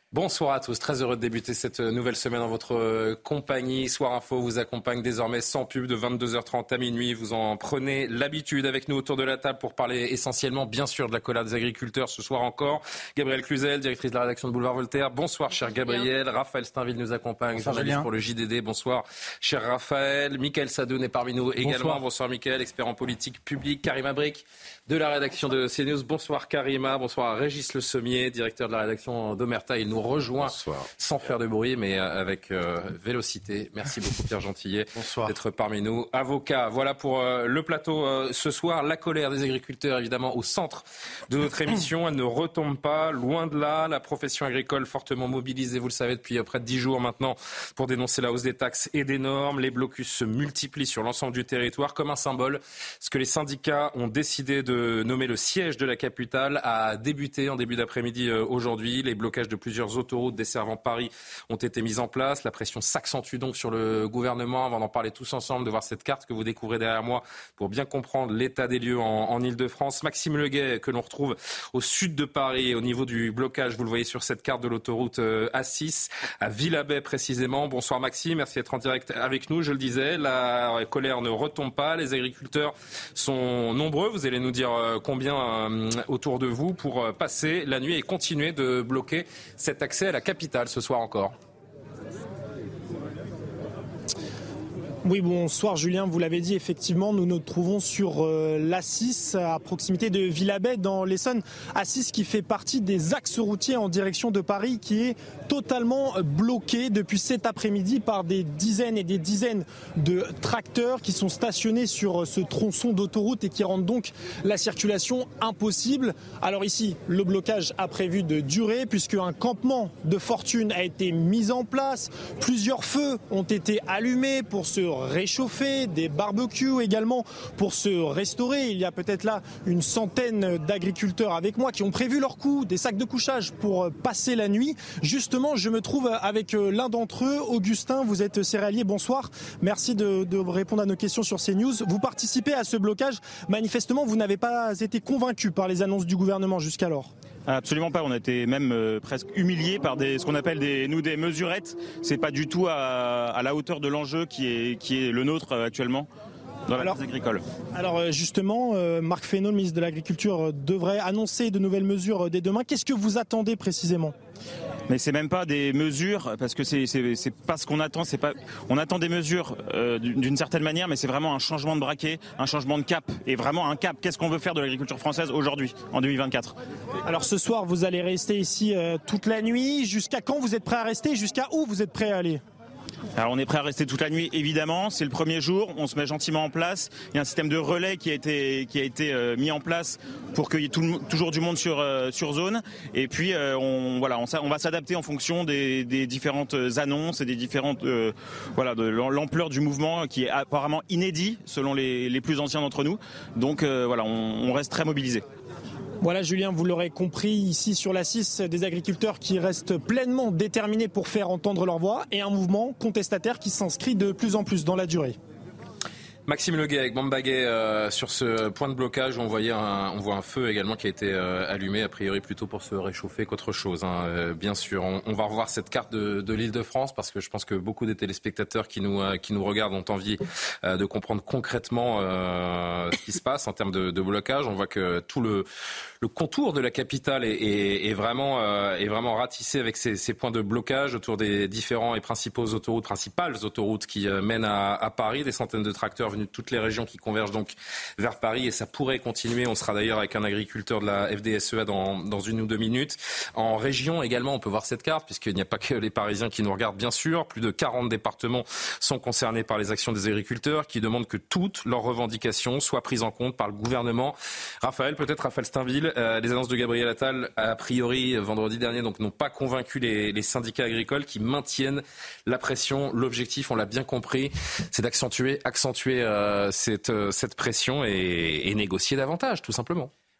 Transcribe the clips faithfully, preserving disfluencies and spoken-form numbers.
Bonsoir à tous, très heureux de débuter cette nouvelle semaine en votre compagnie. Soir Info vous accompagne désormais sans pub de vingt-deux heures trente à minuit. Vous en prenez l'habitude avec nous autour de la table pour parler essentiellement bien sûr de la colère des agriculteurs ce soir encore. Gabrielle Cluzel, directrice de la rédaction de Boulevard Voltaire. Bonsoir cher Gabrielle. Raphaël Steinville nous accompagne, bonsoir, journaliste Julien. Pour le J D D. Bonsoir cher Raphaël. Mickaël Sadoun est parmi nous également. Bonsoir, bonsoir Mickaël, expert en politique publique. Karima Brick de la rédaction de CNews. Bonsoir Karima. Bonsoir à Régis Le Sommier, directeur de la rédaction d'Omerta. Il nous rejoint Bonsoir. Sans faire de bruit, mais avec euh, vélocité. Merci beaucoup Pierre Gentillet Bonsoir. D'être parmi nous. Avocat, voilà pour euh, le plateau euh, ce soir. La colère des agriculteurs, évidemment, au centre de notre émission. Elle ne retombe pas, loin de là. La profession agricole fortement mobilisée, vous le savez, depuis près de dix jours maintenant, pour dénoncer la hausse des taxes et des normes. Les blocus se multiplient sur l'ensemble du territoire. Comme un symbole, ce que les syndicats ont décidé de nommer le siège de la capitale a débuté en début d'après-midi euh, aujourd'hui. Les blocages de plusieurs autoroutes desservant Paris ont été mises en place. La pression s'accentue donc sur le gouvernement. Avant d'en parler tous ensemble, de voir cette carte que vous découvrez derrière moi pour bien comprendre l'état des lieux en, en Ile-de-France. Maxime Leguet, que l'on retrouve au sud de Paris, au niveau du blocage, vous le voyez sur cette carte de l'autoroute A six, à Villabay précisément. Bonsoir Maxime, merci d'être en direct avec nous. Je le disais, la colère ne retombe pas. Les agriculteurs sont nombreux. Vous allez nous dire combien autour de vous pour passer la nuit et continuer de bloquer cet accès à la capitale ce soir encore. Oui, bonsoir Julien, vous l'avez dit, effectivement, nous nous trouvons sur euh, l'A six, à proximité de Villabay, dans l'Essonne. A six qui fait partie des axes routiers en direction de Paris, qui est totalement bloqué depuis cet après-midi par des dizaines et des dizaines de tracteurs qui sont stationnés sur ce tronçon d'autoroute et qui rendent donc la circulation impossible. Alors ici, le blocage a prévu de durer puisque un campement de fortune a été mis en place. Plusieurs feux ont été allumés pour se réchauffer, des barbecues également pour se restaurer. Il y a peut-être là une centaine d'agriculteurs avec moi qui ont prévu leur coup, des sacs de couchage pour passer la nuit. Justement, je me trouve avec l'un d'entre eux, Augustin, vous êtes céréalier, bonsoir. Merci de, de répondre à nos questions sur CNews. Vous participez à ce blocage. Manifestement, vous n'avez pas été convaincu par les annonces du gouvernement jusqu'alors. Absolument pas, on a été même euh, presque humiliés par des, ce qu'on appelle des, nous des mesurettes. C'est pas du tout à, à la hauteur de l'enjeu qui est, qui est le nôtre euh, actuellement dans la crise agricole. Alors justement, euh, Marc Fesneau, le ministre de l'Agriculture, devrait annoncer de nouvelles mesures dès demain. Qu'est-ce que vous attendez précisément ? Mais c'est même pas des mesures, parce que c'est, c'est, c'est pas ce qu'on attend. C'est pas, on attend des mesures euh, d'une certaine manière, mais c'est vraiment un changement de braquet, un changement de cap, et vraiment un cap. Qu'est-ce qu'on veut faire de l'agriculture française aujourd'hui, en deux mille vingt-quatre ? Alors ce soir, vous allez rester ici euh, toute la nuit. Jusqu'à quand vous êtes prêt à rester ? Jusqu'à où vous êtes prêt à aller ? Alors on est prêt à rester toute la nuit, évidemment. C'est le premier jour, on se met gentiment en place. Il y a un système de relais qui a été, qui a été euh, mis en place pour qu'il y ait tout, toujours du monde sur, euh, sur zone. Et puis euh, on, voilà, on, on va s'adapter en fonction des, des différentes annonces et des différentes, euh, voilà, de l'ampleur du mouvement qui est apparemment inédit selon les, les plus anciens d'entre nous. Donc euh, voilà, on, on reste très mobilisés. Voilà Julien, vous l'aurez compris, ici sur l'A six, des agriculteurs qui restent pleinement déterminés pour faire entendre leur voix et un mouvement contestataire qui s'inscrit de plus en plus dans la durée. Maxime Leguet avec Bambaguet euh, sur ce point de blocage où on, voyait un, on voit un feu également qui a été euh, allumé, a priori plutôt pour se réchauffer qu'autre chose. Hein. Euh, bien sûr, on, on va revoir cette carte de, de l'Île-de-France parce que je pense que beaucoup des téléspectateurs qui nous, euh, qui nous regardent ont envie euh, de comprendre concrètement euh, ce qui se passe en termes de, de blocage. On voit que tout le, le contour de la capitale est, est, est, vraiment, euh, est vraiment ratissé avec ces, ces points de blocage autour des différents et principaux autoroutes, principales autoroutes qui euh, mènent à, à Paris. Des centaines de tracteurs venus de toutes les régions qui convergent donc vers Paris et ça pourrait continuer. On sera d'ailleurs avec un agriculteur de la F D S E A dans, dans une ou deux minutes. En région également, on peut voir cette carte puisqu'il n'y a pas que les Parisiens qui nous regardent bien sûr. Plus de quarante départements sont concernés par les actions des agriculteurs qui demandent que toutes leurs revendications soient prises en compte par le gouvernement. Raphaël, peut-être Raphaël Steinville, euh, les annonces de Gabriel Attal a priori vendredi dernier donc n'ont pas convaincu les, les syndicats agricoles qui maintiennent la pression. L'objectif, on l'a bien compris, c'est d'accentuer accentuer, euh, cette, cette pression et, et négocier davantage, tout simplement.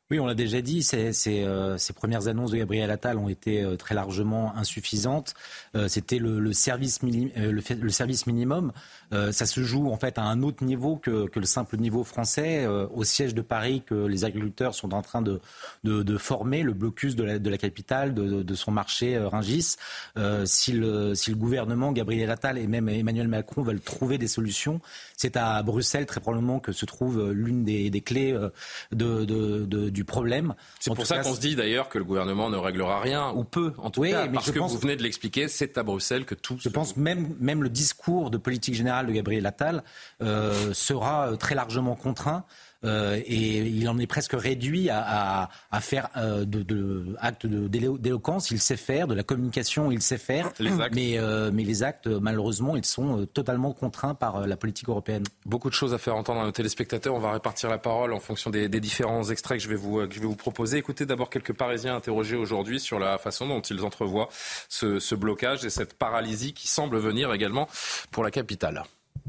Oui, on l'a déjà dit, c'est, c'est, euh, ces premières annonces de Gabriel Attal ont été euh, très largement insuffisantes. Euh, c'était le, le, service mini, euh, le, le service minimum. Euh, ça se joue en fait à un autre niveau que, que le simple niveau français. Euh, au siège de Paris, que les agriculteurs sont en train de, de, de former, le blocus de la, de la capitale, de, de son marché euh, Rungis. Euh, si, le, si le gouvernement, Gabriel Attal et même Emmanuel Macron veulent trouver des solutions, c'est à Bruxelles très probablement que se trouve l'une des, des clés de, de, de, du problème. C'est en pour ça cas, qu'on se dit d'ailleurs que le gouvernement ne réglera rien, ou peu en tout oui, cas, parce que pense, vous venez de l'expliquer, c'est à Bruxelles que tout... Je se... pense même, même le discours de politique générale de Gabriel Attal euh, sera très largement contraint. Euh, et il en est presque réduit à, à, à faire euh, de, de actes de, d'éloquence. Il sait faire de la communication, il sait faire, mais, euh, mais les actes, malheureusement, ils sont totalement contraints par la politique européenne. Beaucoup de choses à faire entendre à nos téléspectateurs. On va répartir la parole en fonction des, des différents extraits que je vais vous que je vais vous proposer. Écoutez d'abord quelques Parisiens interrogés aujourd'hui sur la façon dont ils entrevoient ce, ce blocage et cette paralysie qui semble venir également pour la capitale.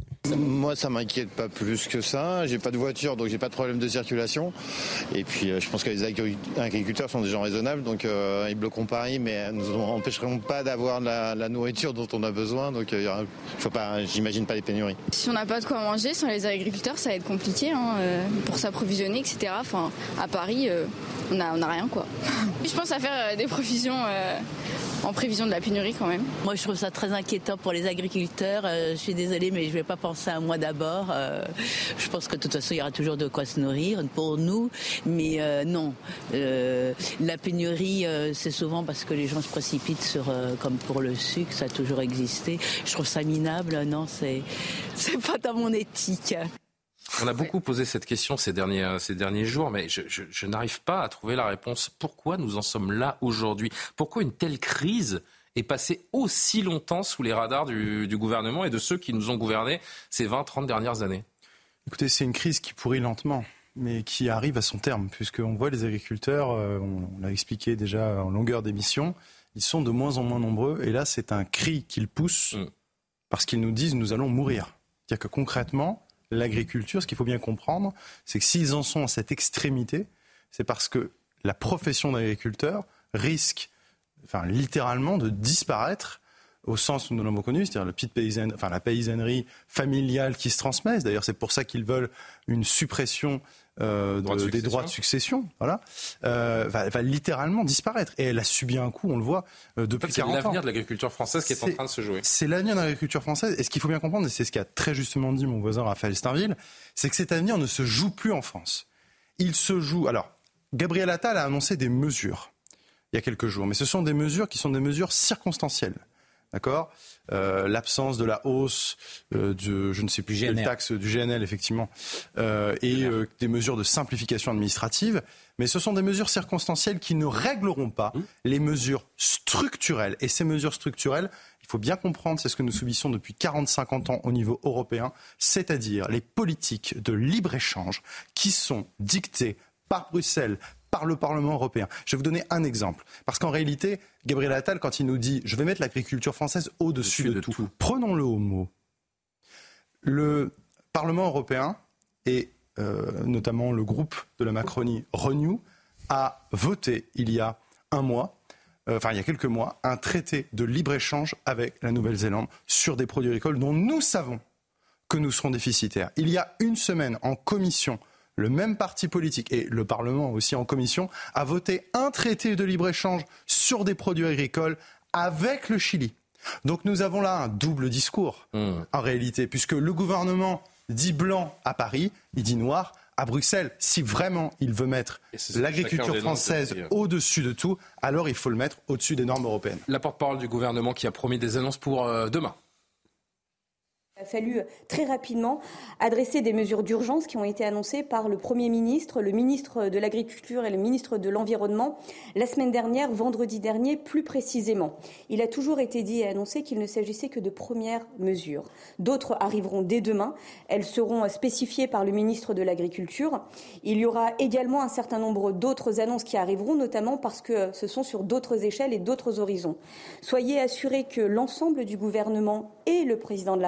Moi, ça m'inquiète pas plus que ça. J'ai pas de voiture, donc j'ai pas de problème de circulation. Et puis, euh, je pense que les agriculteurs sont des gens raisonnables, donc euh, ils bloqueront Paris, mais nous empêcheront pas d'avoir la, la nourriture dont on a besoin. Donc, euh, y aura, faut pas, j'imagine pas les pénuries. Si on n'a pas de quoi manger, sans les agriculteurs, ça va être compliqué hein, euh, pour s'approvisionner, et cetera. Enfin, à Paris, euh, on a, on a rien, quoi. Je pense à faire euh, des provisions. Euh, en prévision de la pénurie quand même. Moi je trouve ça très inquiétant pour les agriculteurs. Euh, je suis désolée mais je ne vais pas penser à moi d'abord. Euh, je pense que de toute façon il y aura toujours de quoi se nourrir pour nous. Mais euh, non, euh, la pénurie euh, c'est souvent parce que les gens se précipitent sur, euh, comme pour le sucre, ça a toujours existé. Je trouve ça minable, non, c'est, c'est pas dans mon éthique. On a beaucoup posé cette question ces derniers, ces derniers jours, mais je, je, je n'arrive pas à trouver la réponse. Pourquoi nous en sommes là aujourd'hui ? Pourquoi une telle crise est passée aussi longtemps sous les radars du, du gouvernement et de ceux qui nous ont gouvernés ces vingt trente dernières années ? Écoutez, c'est une crise qui pourrit lentement, mais qui arrive à son terme, puisqu'on voit les agriculteurs, euh, on, on l'a expliqué déjà en longueur d'émission, ils sont de moins en moins nombreux, et là c'est un cri qu'ils poussent, mmh. parce qu'ils nous disent « nous allons mourir ». C'est-à-dire que concrètement, l'agriculture, ce qu'il faut bien comprendre, c'est que s'ils en sont à cette extrémité, c'est parce que la profession d'agriculteur risque, enfin, littéralement, de disparaître au sens où nous l'avons connu, c'est-à-dire le petite paysanne, enfin, la paysannerie familiale qui se transmet. D'ailleurs, c'est pour ça qu'ils veulent une suppression euh, de, de des droits de succession. Voilà, euh, va, va littéralement disparaître. Et elle a subi un coup, on le voit, euh, depuis en fait, quarante ans. C'est l'avenir de l'agriculture française qui est, est en train de se jouer. C'est l'avenir de l'agriculture française. Et ce qu'il faut bien comprendre, et c'est ce qu'a très justement dit mon voisin Raphaël Steinville, c'est que cet avenir ne se joue plus en France. Il se joue... Alors, Gabriel Attal a annoncé des mesures il y a quelques jours, mais ce sont des mesures qui sont des mesures circonstancielles. D'accord, euh, l'absence de la hausse euh, de, je ne sais plus quelle taxe, du G N L effectivement, euh, et euh, des mesures de simplification administrative. Mais ce sont des mesures circonstancielles qui ne régleront pas mmh. les mesures structurelles. Et ces mesures structurelles, il faut bien comprendre, c'est ce que nous subissons depuis quarante à cinquante ans au niveau européen, c'est-à-dire les politiques de libre-échange qui sont dictées par Bruxelles, par le Parlement européen. Je vais vous donner un exemple. Parce qu'en réalité, Gabriel Attal, quand il nous dit « je vais mettre l'agriculture française au-dessus, au-dessus de, de tout. tout », prenons-le au mot. Le Parlement européen et euh, notamment le groupe de la Macronie Renew a voté il y a un mois, euh, enfin il y a quelques mois, un traité de libre-échange avec la Nouvelle-Zélande sur des produits agricoles dont nous savons que nous serons déficitaires. Il y a une semaine en commission, le même parti politique et le Parlement aussi en commission a voté un traité de libre-échange sur des produits agricoles avec le Chili. Donc nous avons là un double discours mmh. en réalité, puisque le gouvernement dit blanc à Paris, il dit noir à Bruxelles. Si vraiment il veut mettre l'agriculture française au-dessus de tout, alors il faut le mettre au-dessus des normes européennes. La porte-parole du gouvernement qui a promis des annonces pour euh, demain. Il a fallu très rapidement adresser des mesures d'urgence qui ont été annoncées par le Premier ministre, le ministre de l'Agriculture et le ministre de l'Environnement la semaine dernière, vendredi dernier plus précisément. Il a toujours été dit et annoncé qu'il ne s'agissait que de premières mesures. D'autres arriveront dès demain. Elles seront spécifiées par le ministre de l'Agriculture. Il y aura également un certain nombre d'autres annonces qui arriveront, notamment parce que ce sont sur d'autres échelles et d'autres horizons. Soyez assurés que l'ensemble du gouvernement et le président de la République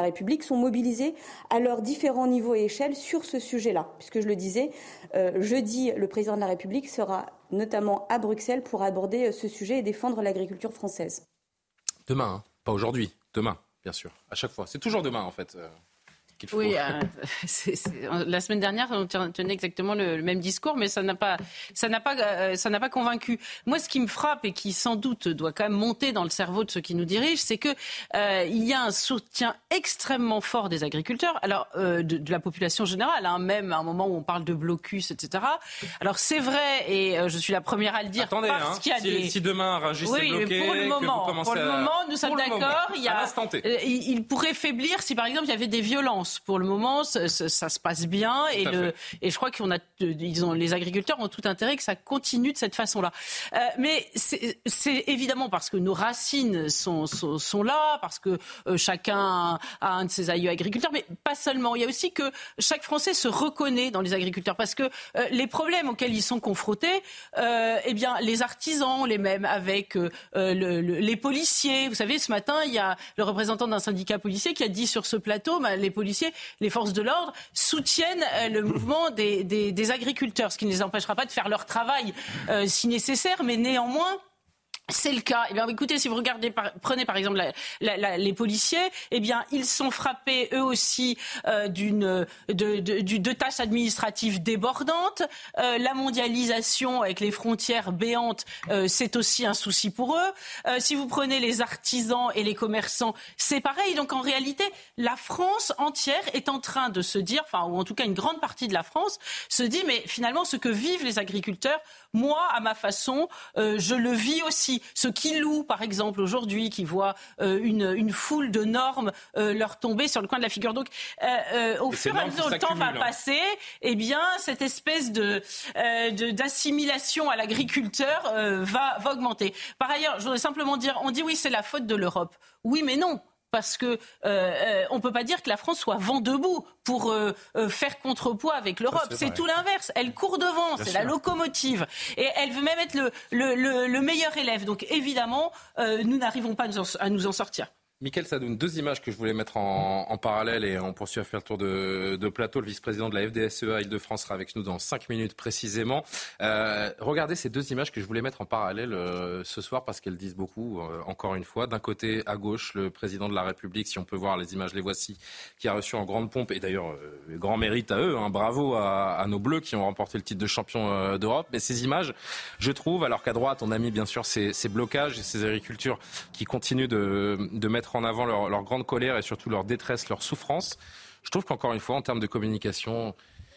politiques sont mobilisés à leurs différents niveaux et échelles sur ce sujet-là. Puisque je le disais, euh, jeudi, le président de la République sera notamment à Bruxelles pour aborder ce sujet et défendre l'agriculture française. Demain, hein, pas aujourd'hui, demain, bien sûr, à chaque fois. C'est toujours demain, en fait. Euh... Faut... Oui, euh, c'est, c'est, la semaine dernière, on tenait exactement le, le même discours, mais ça n'a pas, ça n'a pas, euh, ça n'a pas convaincu. Moi, ce qui me frappe et qui sans doute doit quand même monter dans le cerveau de ceux qui nous dirigent, c'est que euh, il y a un soutien extrêmement fort des agriculteurs, alors euh, de, de la population générale, hein, même à un moment où on parle de blocus, et cetera. Alors c'est vrai, et euh, je suis la première à le dire. Attendez, parce hein, qu'il y a si, des... si demain Rungis oui, est bloqué, pour le moment, que vous pour le à... moment, nous sommes d'accord. Moment, il y a, euh, il, il pourrait faiblir si, par exemple, il y avait des violences. Pour le moment, ça, ça, ça se passe bien et, le, et je crois qu'on a, ils ont, les agriculteurs ont tout intérêt que ça continue de cette façon-là. Euh, mais c'est, c'est évidemment parce que nos racines sont, sont, sont là, parce que euh, chacun a un de ses aïeux agriculteurs, mais pas seulement. Il y a aussi que chaque Français se reconnaît dans les agriculteurs parce que euh, les problèmes auxquels ils sont confrontés, euh, eh bien, les artisans, les mêmes, avec euh, le, le, les policiers. Vous savez, ce matin, il y a le représentant d'un syndicat policier qui a dit sur ce plateau, bah, les policiers, les forces de l'ordre soutiennent euh, le mouvement des, des, des agriculteurs, ce qui ne les empêchera pas de faire leur travail euh, si nécessaire, mais néanmoins... C'est le cas. Eh bien, écoutez, si vous regardez, par, prenez par exemple la, la, la, les policiers, eh bien, ils sont frappés eux aussi euh, d'une de, de, de, de tâches administratives débordantes. Euh, la mondialisation avec les frontières béantes, euh, c'est aussi un souci pour eux. Euh, si vous prenez les artisans et les commerçants, c'est pareil. Donc, en réalité, la France entière est en train de se dire, enfin, ou en tout cas une grande partie de la France se dit, mais finalement, ce que vivent les agriculteurs, moi, à ma façon, euh, je le vis aussi. Ceux qui louent, par exemple, aujourd'hui, qui voient euh, une, une foule de normes euh, leur tomber sur le coin de la figure. Donc, euh, euh, au fur et à mesure le temps va passer, eh bien, cette espèce de, euh, de d'assimilation à l'agriculteur euh, va, va augmenter. Par ailleurs, je voudrais simplement dire, on dit oui, c'est la faute de l'Europe. Oui, mais non. Parce que euh, euh, on peut pas dire que la France soit vent debout pour euh, euh, faire contrepoids avec l'Europe. Ça, c'est c'est tout l'inverse. Elle court devant, Bien c'est sûr. La locomotive. Et elle veut même être le, le, le, le meilleur élève. Donc évidemment, euh, nous n'arrivons pas à nous en, à nous en sortir. Mickaël Sadoun, deux images que je voulais mettre en, en parallèle et on poursuit à faire le tour de, de plateau. Le vice-président de la F D S E A Île-de-France sera avec nous dans cinq minutes précisément. Euh, regardez ces deux images que je voulais mettre en parallèle euh, ce soir parce qu'elles disent beaucoup, euh, encore une fois. D'un côté, à gauche, le président de la République, si on peut voir les images, les voici, qui a reçu en grande pompe et d'ailleurs, euh, grand mérite à eux, hein, bravo à, à nos Bleus qui ont remporté le titre de champion euh, d'Europe. Mais ces images, je trouve, alors qu'à droite, on a mis bien sûr ces, ces blocages et ces agricultures qui continuent de, de mettre en avant leur, leur grande colère et surtout leur détresse, leur souffrance. Je trouve qu'encore une fois, en termes de communication,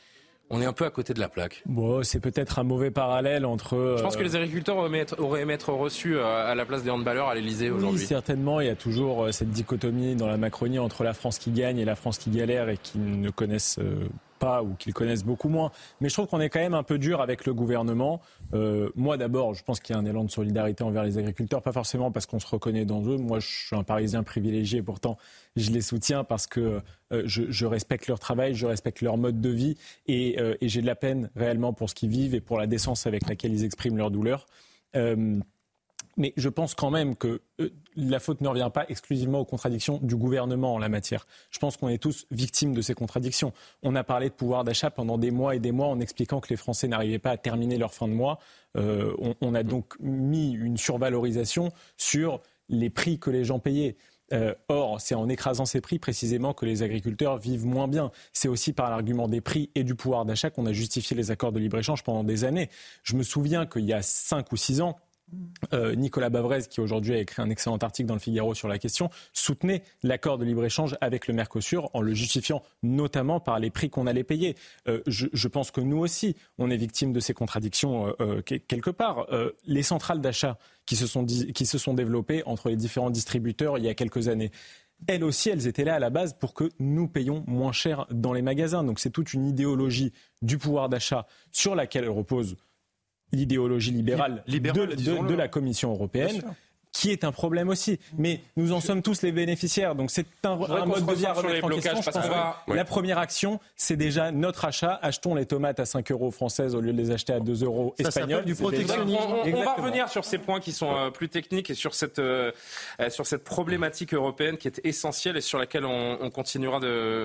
on est un peu à côté de la plaque. Bon, c'est peut-être un mauvais parallèle entre... Je pense que les agriculteurs auraient aimé être, auraient aimé être reçus à la place des handballeurs à l'Elysée aujourd'hui. Oui, certainement. Il y a toujours cette dichotomie dans la Macronie entre la France qui gagne et la France qui galère et qui ne connaissent pas ou qu'ils connaissent beaucoup moins. Mais je trouve qu'on est quand même un peu dur avec le gouvernement. Euh, moi d'abord, je pense qu'il y a un élan de solidarité envers les agriculteurs, pas forcément parce qu'on se reconnaît dans eux. Moi, je suis un Parisien privilégié, pourtant je les soutiens parce que euh, je, je respecte leur travail, je respecte leur mode de vie et, euh, et j'ai de la peine réellement pour ce qu'ils vivent et pour la décence avec laquelle ils expriment leur douleur. Euh, Mais je pense quand même que euh, la faute ne revient pas exclusivement aux contradictions du gouvernement en la matière. Je pense qu'on est tous victimes de ces contradictions. On a parlé de pouvoir d'achat pendant des mois et des mois en expliquant que les Français n'arrivaient pas à terminer leur fin de mois. Euh, on, on a donc mis une survalorisation sur les prix que les gens payaient. Euh, or, c'est en écrasant ces prix précisément que les agriculteurs vivent moins bien. C'est aussi par l'argument des prix et du pouvoir d'achat qu'on a justifié les accords de libre-échange pendant des années. Je me souviens qu'il y a cinq ou six ans, Euh, Nicolas Bavrez, qui aujourd'hui a écrit un excellent article dans le Figaro sur la question, soutenait l'accord de libre-échange avec le Mercosur en le justifiant notamment par les prix qu'on allait payer. Euh, je, je pense que nous aussi, on est victime de ces contradictions euh, quelque part. Euh, les centrales d'achat qui se sont, qui se sont développées entre les différents distributeurs il y a quelques années, elles aussi, elles étaient là à la base pour que nous payions moins cher dans les magasins. Donc c'est toute une idéologie du pouvoir d'achat sur laquelle repose l'idéologie libérale de, de, de la Commission européenne qui est un problème aussi. Mais nous en sommes tous les bénéficiaires. Donc c'est un, un mode de vie à remettre en question. Je pense va... La première action, c'est déjà notre achat. Achetons les tomates à cinq euros françaises au lieu de les acheter à deux euros espagnols. Du protectionnisme. On, on va revenir sur ces points qui sont euh, plus techniques et sur cette, euh, sur cette problématique européenne qui est essentielle et sur laquelle on, on continuera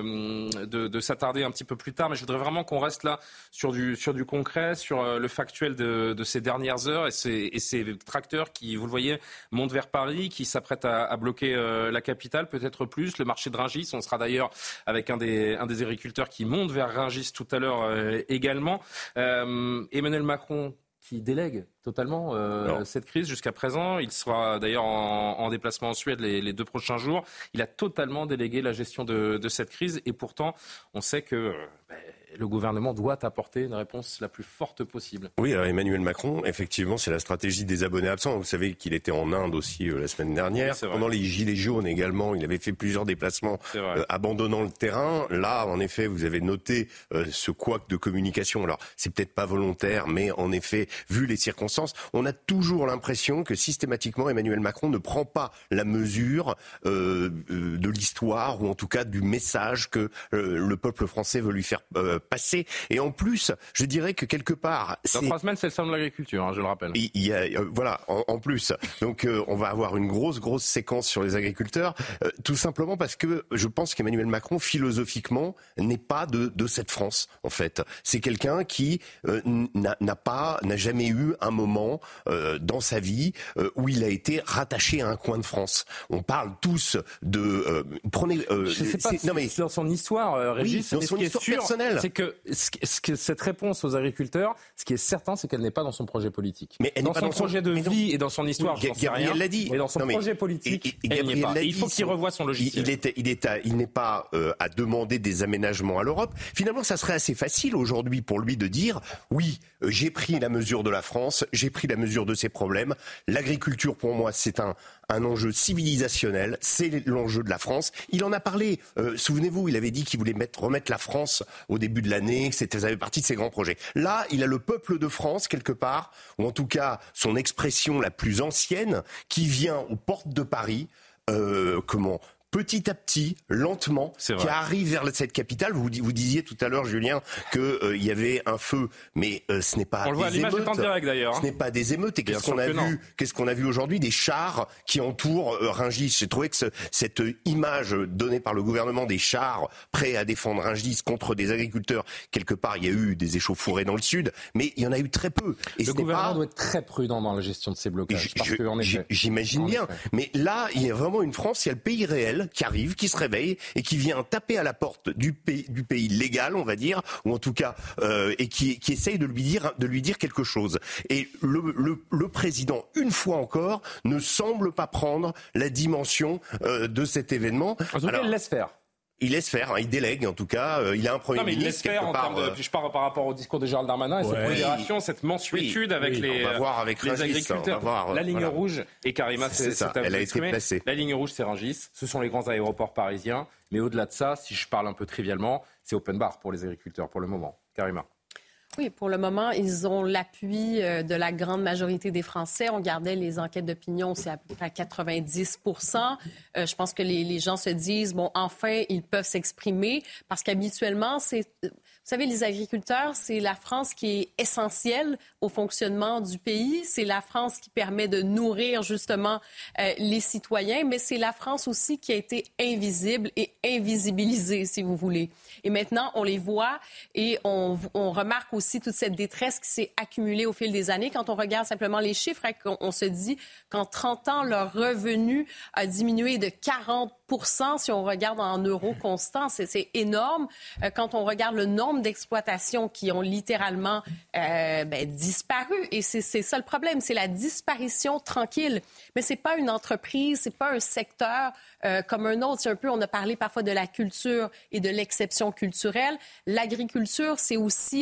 de, de, de s'attarder un petit peu plus tard. Mais je voudrais vraiment qu'on reste là sur du, sur du concret, sur euh, le factuel de, de ces dernières heures et ces, et ces tracteurs qui, vous le voyez, monte vers Paris, qui s'apprête à, à bloquer euh, la capitale, peut-être plus. Le marché de Rungis, on sera d'ailleurs avec un des, un des agriculteurs qui monte vers Rungis tout à l'heure euh, également. Euh, Emmanuel Macron qui délègue totalement euh, cette crise jusqu'à présent. Il sera d'ailleurs en, en déplacement en Suède les, les deux prochains jours. Il a totalement délégué la gestion de, de cette crise et pourtant, on sait que... Euh, ben, le gouvernement doit apporter une réponse la plus forte possible. Oui, alors Emmanuel Macron, effectivement, c'est la stratégie des abonnés absents. Vous savez qu'il était en Inde aussi euh, la semaine dernière. Oui, pendant les Gilets jaunes également, il avait fait plusieurs déplacements euh, abandonnant le terrain. Là, en effet, vous avez noté euh, ce couac de communication. Alors, c'est peut-être pas volontaire, mais en effet, vu les circonstances, on a toujours l'impression que systématiquement, Emmanuel Macron ne prend pas la mesure euh, euh, de l'histoire, ou en tout cas du message que euh, le peuple français veut lui faire euh, passer. Et en plus, je dirais que quelque part... Dans trois semaines, c'est le salon de l'agriculture, hein, je le rappelle. Il y a, euh, voilà, en, en plus. Donc, euh, on va avoir une grosse, grosse séquence sur les agriculteurs, euh, tout simplement parce que je pense qu'Emmanuel Macron, philosophiquement, n'est pas de, de cette France, en fait. C'est quelqu'un qui euh, n'a, n'a pas, n'a jamais eu un moment euh, dans sa vie euh, où il a été rattaché à un coin de France. On parle tous de... Euh, prenez... Euh, je sais pas si non, mais, dans son histoire, euh, Régis, oui, dans son ce histoire qui est sûr, personnelle. C'est que, ce, ce que cette réponse aux agriculteurs, ce qui est certain, c'est qu'elle n'est pas dans son projet politique. Mais dans son dans projet son... de vie non. et dans son histoire, oui, je n'en sais rien. l'a dit. Mais dans son non, mais... projet politique, et, et, elle n'y est pas. Et il faut qu'il revoie son logiciel. Il, il, est, il, est à, il n'est pas euh, à demander des aménagements à l'Europe. Finalement, ça serait assez facile aujourd'hui pour lui de dire oui, euh, j'ai pris la mesure de la France, j'ai pris la mesure de ses problèmes. L'agriculture, pour moi, c'est un, un enjeu civilisationnel, c'est l'enjeu de la France. Il en a parlé, euh, souvenez-vous, il avait dit qu'il voulait mettre, remettre la France au début de l'année, que c'était, ça avait partie de ses grands projets. Là, il a le peuple de France, quelque part, ou en tout cas son expression la plus ancienne, qui vient aux portes de Paris, euh, comment petit à petit, lentement, qui arrive vers cette capitale. Vous, vous disiez tout à l'heure, Julien, qu'il euh, y avait un feu, mais euh, ce n'est pas On le voit, des émeutes. En direct, d'ailleurs. Ce n'est pas des émeutes. Et qu'est-ce qu'on a vu Qu'est-ce qu'on a vu aujourd'hui? Des chars qui entourent euh, Rungis. J'ai trouvé que ce, cette image donnée par le gouvernement des chars prêts à défendre Rungis contre des agriculteurs, quelque part, il y a eu des échauffourées dans le sud, mais il y en a eu très peu. Et le gouvernement pas... doit être très prudent dans la gestion de ces blocages. Je, je, que, effet, j'imagine bien. Effet. Mais là, il y a vraiment une France, il y a le pays réel qui arrive, qui se réveille et qui vient taper à la porte du pays, du pays légal, on va dire, ou en tout cas, euh, et qui, qui essaye de lui dire, de lui dire quelque chose. Et le, le, le président, une fois encore, ne semble pas prendre la dimension euh, de cet événement. En tout cas, il laisse faire. Il laisse faire, hein, il délègue en tout cas, euh, il a un premier non, mais ministre. Il laisse faire en termes de, euh... je parle par rapport au discours de Gérald Darmanin et ouais. cette modération, cette mansuétude oui, avec, oui. Les, on va voir avec les Rungis, agriculteurs. On va voir, la ligne voilà. rouge, et Karima, c'est, c'est ça, elle a été placée. La ligne rouge, c'est Rungis, ce sont les grands aéroports parisiens, mais au-delà de ça, si je parle un peu trivialement, c'est open bar pour les agriculteurs pour le moment. Karima. Oui, pour le moment, ils ont l'appui de la grande majorité des Français. On regardait les enquêtes d'opinion, c'est à peu près à quatre-vingt-dix pour cent. Euh, je pense que les, les gens se disent, bon, enfin, ils peuvent s'exprimer parce qu'habituellement, c'est... Vous savez, les agriculteurs, c'est la France qui est essentielle au fonctionnement du pays. C'est la France qui permet de nourrir justement euh, les citoyens, mais c'est la France aussi qui a été invisible et invisibilisée, si vous voulez. Et maintenant, on les voit et on, on remarque aussi toute cette détresse qui s'est accumulée au fil des années. Quand on regarde simplement les chiffres, hein, on, on se dit qu'en trente ans, leur revenu a diminué de quarante pour cent si on regarde en euros constants. C'est, c'est énorme. Euh, quand on regarde le nombre d'exploitations qui ont littéralement euh, ben, disparu. Et c'est, c'est ça le problème, c'est la disparition tranquille. Mais c'est pas une entreprise, c'est pas un secteur euh, comme un autre. C'est un peu, on a parlé parfois de la culture et de l'exception culturelle. L'agriculture, c'est aussi la protection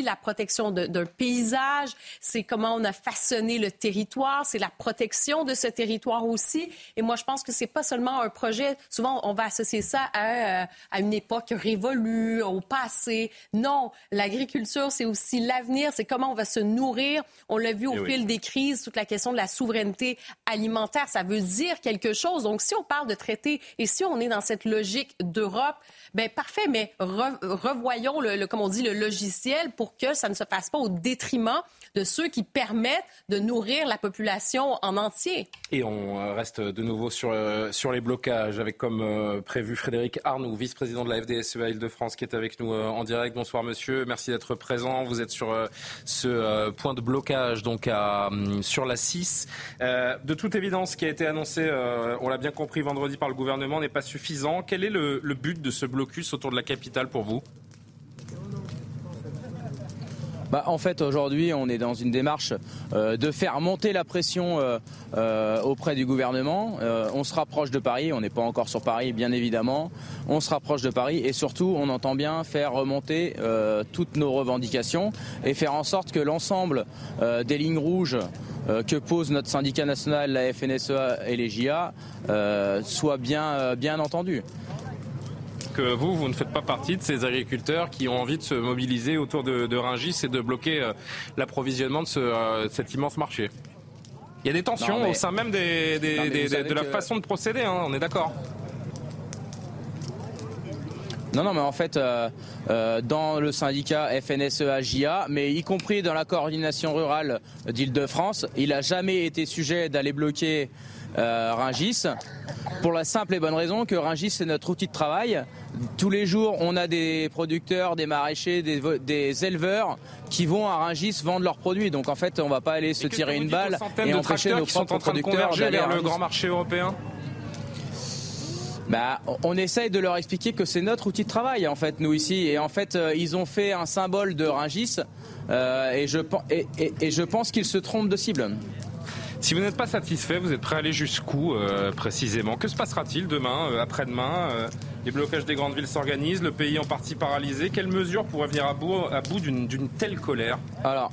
protection de, d'un paysage, c'est comment on a façonné le territoire, c'est la protection de ce territoire aussi. Et moi, je pense que c'est pas seulement un projet. Souvent, on va associer ça à, à une époque révolue, au passé. Non, l'agriculture, c'est aussi l'avenir. C'est comment on va se nourrir. On l'a vu au Et fil oui. des crises, toute la question de la souveraineté alimentaire, ça veut dire quelque chose. Donc, si on parle de traité et si on est dans cette logique d'Europe, ben parfait, mais re, revoyons le, le, comme on dit, le logiciel pour que ça ne se fasse pas au détriment de ceux qui permettent de nourrir la population en entier. Et on reste de nouveau sur, euh, sur les blocages avec comme euh, prévu Frédéric Arnoux, vice-président de la F D S E A Île-de-France qui est avec nous euh, en direct. Bonsoir monsieur, merci d'être présent. Vous êtes sur euh, ce euh, point de blocage donc à, euh, sur la six. Euh, de toute évidence, ce qui a été annoncé, euh, on l'a bien compris vendredi par le gouvernement, n'est pas suffisant. Quel est le, le but de ce blocus autour de la capitale pour vous ? Bah, en fait, aujourd'hui, on est dans une démarche euh, de faire monter la pression euh, euh, auprès du gouvernement. Euh, on se rapproche de Paris, on n'est pas encore sur Paris, bien évidemment. On se rapproche de Paris et surtout, on entend bien faire remonter euh, toutes nos revendications et faire en sorte que l'ensemble euh, des lignes rouges euh, que pose notre syndicat national, la F N S E A et les J A, euh, soient bien, euh, bien entendus. Que vous, vous ne faites pas partie de ces agriculteurs qui ont envie de se mobiliser autour de, de Rungis et de bloquer euh, l'approvisionnement de, ce, euh, de cet immense marché. Il y a des tensions Non, mais... au sein même des, des, non, des, des, de la que... façon de procéder, hein, on est d'accord. Non, non, mais en fait, euh, euh, dans le syndicat F N S E A J A, mais y compris dans la coordination rurale d'Île-de-France, il n'a jamais été sujet d'aller bloquer euh, Rungis, pour la simple et bonne raison que Rungis, c'est notre outil de travail. Tous les jours, on a des producteurs, des maraîchers, des, des éleveurs qui vont à Rungis vendre leurs produits. Donc en fait, on ne va pas aller se tirer une balle et empêcher nos propres producteurs d'aller vers à le grand marché européen. Bah, on essaye de leur expliquer que c'est notre outil de travail, en fait, nous ici. Et en fait, euh, ils ont fait un symbole de Rungis euh, et, je, et, et, et je pense qu'ils se trompent de cible. Si vous n'êtes pas satisfait, vous êtes prêt à aller jusqu'où euh, précisément ? Que se passera-t-il demain, euh, après-demain euh, Les blocages des grandes villes s'organisent, le pays en partie paralysé. Quelles mesures pourraient venir à bout, à bout d'une, d'une telle colère ? Alors...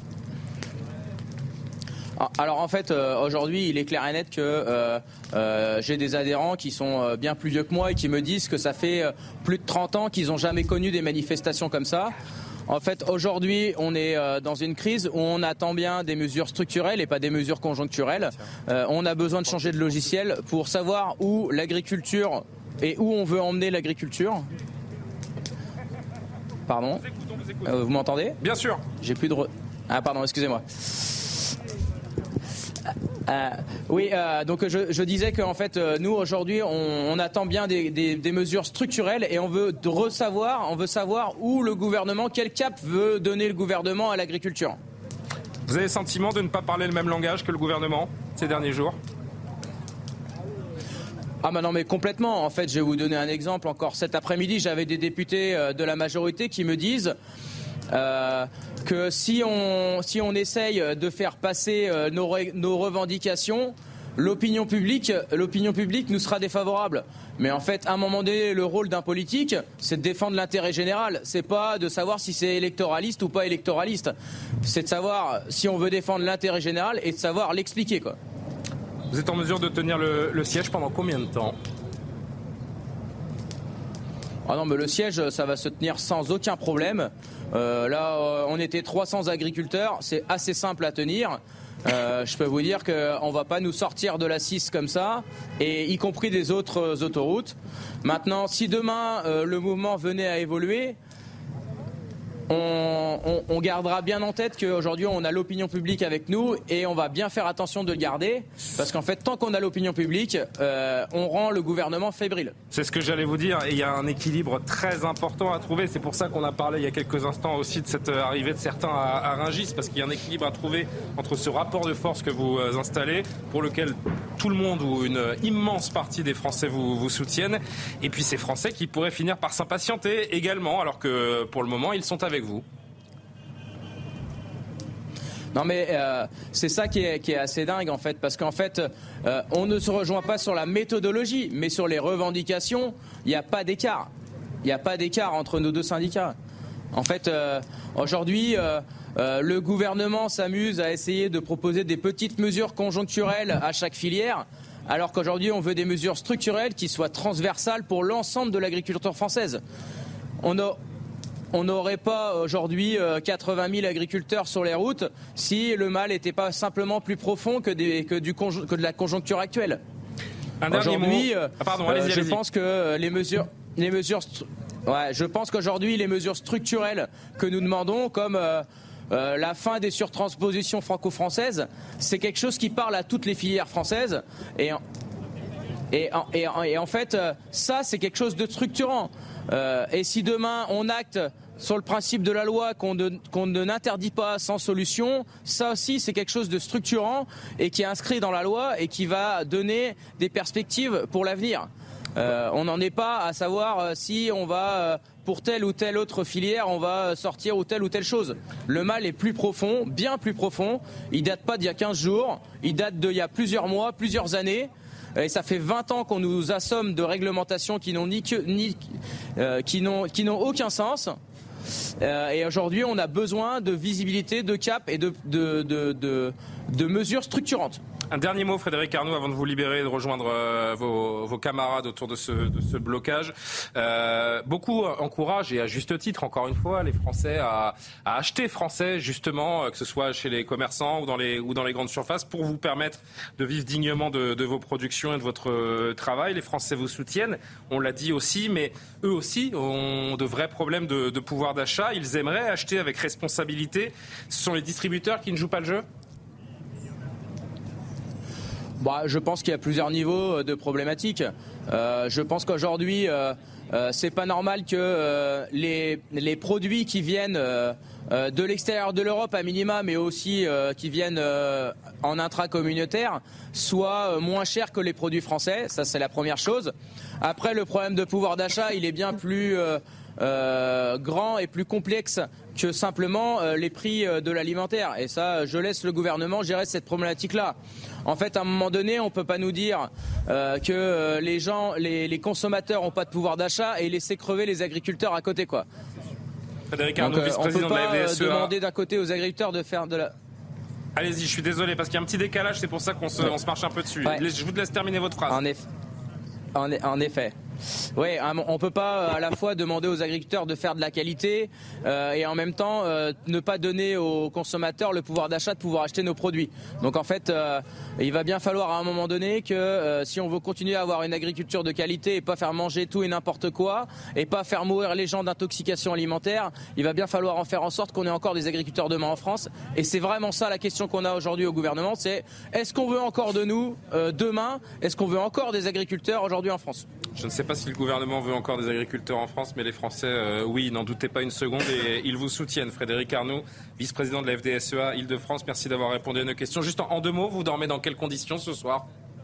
Alors en fait, euh, aujourd'hui, il est clair et net que euh, euh, j'ai des adhérents qui sont euh, bien plus vieux que moi et qui me disent que ça fait euh, plus de trente ans qu'ils n'ont jamais connu des manifestations comme ça. En fait, aujourd'hui, on est euh, dans une crise où on attend bien des mesures structurelles et pas des mesures conjoncturelles. Euh, on a besoin de changer de logiciel pour savoir où l'agriculture et où on veut emmener l'agriculture. Pardon ? Euh, vous m'entendez ? Bien sûr. J'ai plus de... Re... Ah pardon, excusez-moi. Euh, oui, euh, donc je, je disais qu'en fait, euh, nous aujourd'hui, on, on attend bien des, des, des mesures structurelles et on veut re-savoir, on veut savoir où le gouvernement, quel cap veut donner le gouvernement à l'agriculture. Vous avez le sentiment de ne pas parler le même langage que le gouvernement ces derniers jours ? Ah bah non mais complètement. En fait, je vais vous donner un exemple. Encore cet après-midi, j'avais des députés euh, de la majorité qui me disent Euh, que si on, si on essaye de faire passer euh, nos, ré, nos revendications, l'opinion publique, l'opinion publique nous sera défavorable. Mais en fait, à un moment donné, le rôle d'un politique, c'est de défendre l'intérêt général. C'est pas de savoir si c'est électoraliste ou pas électoraliste. C'est de savoir si on veut défendre l'intérêt général et de savoir l'expliquer, quoi. Vous êtes en mesure de tenir le, le siège pendant combien de temps ? Ah non, mais le siège, ça va se tenir sans aucun problème. Euh, là, euh, on était trois cents agriculteurs, c'est assez simple à tenir. Euh, je peux vous dire qu'on ne va pas nous sortir de la six comme ça, et y compris des autres autoroutes. Maintenant, si demain euh, le mouvement venait à évoluer, on, on, on gardera bien en tête qu'aujourd'hui on a l'opinion publique avec nous et on va bien faire attention de le garder parce qu'en fait tant qu'on a l'opinion publique euh, on rend le gouvernement fébrile. C'est ce que j'allais vous dire et il y a un équilibre très important à trouver. C'est pour ça qu'on a parlé il y a quelques instants aussi de cette arrivée de certains à, à Rungis parce qu'il y a un équilibre à trouver entre ce rapport de force que vous installez pour lequel tout le monde ou une immense partie des Français vous, vous soutiennent et puis ces Français qui pourraient finir par s'impatienter également alors que pour le moment ils sont avec vous. Non mais euh, c'est ça qui est, qui est assez dingue en fait, parce qu'en fait euh, on ne se rejoint pas sur la méthodologie, mais sur les revendications, il n'y a pas d'écart. Il n'y a pas d'écart entre nos deux syndicats. En fait, euh, aujourd'hui, euh, euh, le gouvernement s'amuse à essayer de proposer des petites mesures conjoncturelles à chaque filière, alors qu'aujourd'hui on veut des mesures structurelles qui soient transversales pour l'ensemble de l'agriculture française. On a On n'aurait pas aujourd'hui quatre-vingt mille agriculteurs sur les routes si le mal n'était pas simplement plus profond que, des, que, du, que de la conjoncture actuelle. Aujourd'hui, euh, ah, pardon, allez-y, je allez-y. pense que les mesures, les mesures, ouais, je pense qu'aujourd'hui les mesures structurelles que nous demandons, comme euh, euh, la fin des surtranspositions franco-françaises, c'est quelque chose qui parle à toutes les filières françaises. Et, et, et, et en fait, ça, c'est quelque chose de structurant. Euh, et si demain on acte sur le principe de la loi qu'on ne, qu'on ne n'interdit pas sans solution, ça aussi c'est quelque chose de structurant et qui est inscrit dans la loi et qui va donner des perspectives pour l'avenir. Euh, on n'en est pas à savoir si on va, pour telle ou telle autre filière, on va sortir ou telle ou telle chose. Le mal est plus profond, bien plus profond. Il date pas d'il y a quinze jours, il date d'il y a plusieurs mois, plusieurs années. Et ça fait vingt ans qu'on nous assomme de réglementations qui n'ont ni que, ni, euh, qui n'ont, qui n'ont aucun sens. Euh, et aujourd'hui, on a besoin de visibilité, de cap et de, de, de, de, de mesures structurantes. Un dernier mot, Frédéric Arnoux, avant de vous libérer et de rejoindre euh, vos, vos camarades autour de ce, de ce blocage. Euh, beaucoup encouragent, et à juste titre, encore une fois, les Français à, à acheter français, justement, que ce soit chez les commerçants ou dans les, ou dans les grandes surfaces, pour vous permettre de vivre dignement de, de vos productions et de votre travail. Les Français vous soutiennent, on l'a dit aussi, mais eux aussi ont de vrais problèmes de, de pouvoir d'achat. Ils aimeraient acheter avec responsabilité. Ce sont les distributeurs qui ne jouent pas le jeu ? Bah, je pense qu'il y a plusieurs niveaux de problématiques. Euh, je pense qu'aujourd'hui, euh, euh, c'est pas normal que euh, les, les produits qui viennent euh, euh, de l'extérieur de l'Europe à minima, mais aussi euh, qui viennent euh, en intracommunautaire, soient moins chers que les produits français. Ça, c'est la première chose. Après, le problème de pouvoir d'achat, il est bien plus euh, euh, grand et plus complexe que simplement euh, les prix euh, de l'alimentaire. Et ça, je laisse le gouvernement gérer cette problématique-là. En fait, à un moment donné, on ne peut pas nous dire euh, que euh, les gens, les, les consommateurs n'ont pas de pouvoir d'achat et laisser crever les agriculteurs à côté, quoi. Frédéric Arnoux, Donc, euh, vice-président de la F D S E A. On ne peut pas demander d'un côté aux agriculteurs de faire de la... Allez-y, je suis désolé, parce qu'il y a un petit décalage, c'est pour ça qu'on se, on se marche un peu dessus. Ouais. Je vous laisse terminer votre phrase. En, eff... en, en effet. Oui, on ne peut pas à la fois demander aux agriculteurs de faire de la qualité euh, et en même temps euh, ne pas donner aux consommateurs le pouvoir d'achat de pouvoir acheter nos produits. Donc en fait, euh, il va bien falloir à un moment donné que euh, si on veut continuer à avoir une agriculture de qualité et pas faire manger tout et n'importe quoi et pas faire mourir les gens d'intoxication alimentaire, il va bien falloir en faire en sorte qu'on ait encore des agriculteurs demain en France. Et c'est vraiment ça la question qu'on a aujourd'hui au gouvernement, c'est est-ce qu'on veut encore de nous euh, demain? Est-ce qu'on veut encore des agriculteurs aujourd'hui en France? Je ne sais pas si le gouvernement veut encore des agriculteurs en France, mais les Français, euh, oui, n'en doutez pas une seconde, et ils vous soutiennent. Frédéric Arnoux, vice-président de la F D S E A Île-de-France, merci d'avoir répondu à nos questions. Juste en, en deux mots, vous dormez dans quelles conditions ce soir ?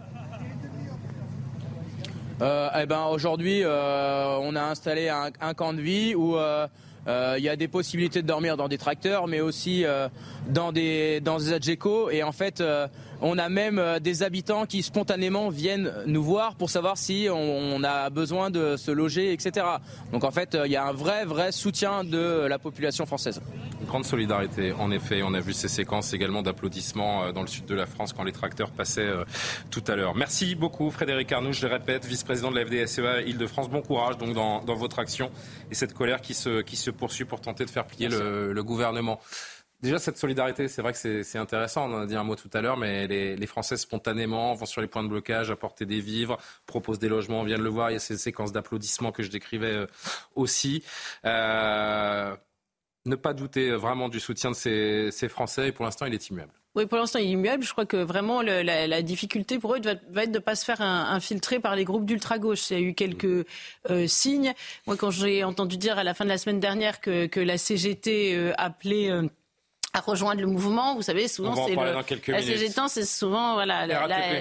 euh, eh ben, aujourd'hui, euh, on a installé un, un camp de vie où... Euh Il euh, y a des possibilités de dormir dans des tracteurs, mais aussi euh, dans des dans des Adgeco. Et en fait, euh, on a même euh, des habitants qui spontanément viennent nous voir pour savoir si on, on a besoin de se loger, et cetera. Donc en fait, il euh, y a un vrai vrai soutien de la population française. Une grande solidarité, en effet. On a vu ces séquences également d'applaudissements euh, dans le sud de la France quand les tracteurs passaient euh, tout à l'heure. Merci beaucoup, Frédéric Arnoux. Je le répète, vice-président de la F D S E A Île-de-France. Bon courage donc dans, dans votre action et cette colère qui se qui se poursuit pour tenter de faire plier le, le gouvernement. Déjà, cette solidarité, c'est vrai que c'est, c'est intéressant, on en a dit un mot tout à l'heure, mais les, les Français spontanément vont sur les points de blocage, apporter des vivres, proposent des logements, on vient de le voir, il y a ces séquences d'applaudissements que je décrivais aussi. Euh, ne pas douter vraiment du soutien de ces, ces Français, et pour l'instant, il est immuable. Oui, pour l'instant, il est immuable. Je crois que vraiment, le, la, la difficulté pour eux va, va être de ne pas se faire un, infiltrer par les groupes d'ultra-gauche. Il y a eu quelques euh, signes. Moi, quand j'ai entendu dire à la fin de la semaine dernière que, que la C G T euh, appelait... Euh, à rejoindre le mouvement, vous savez, souvent c'est le, la C G T, c'est souvent voilà, la, la,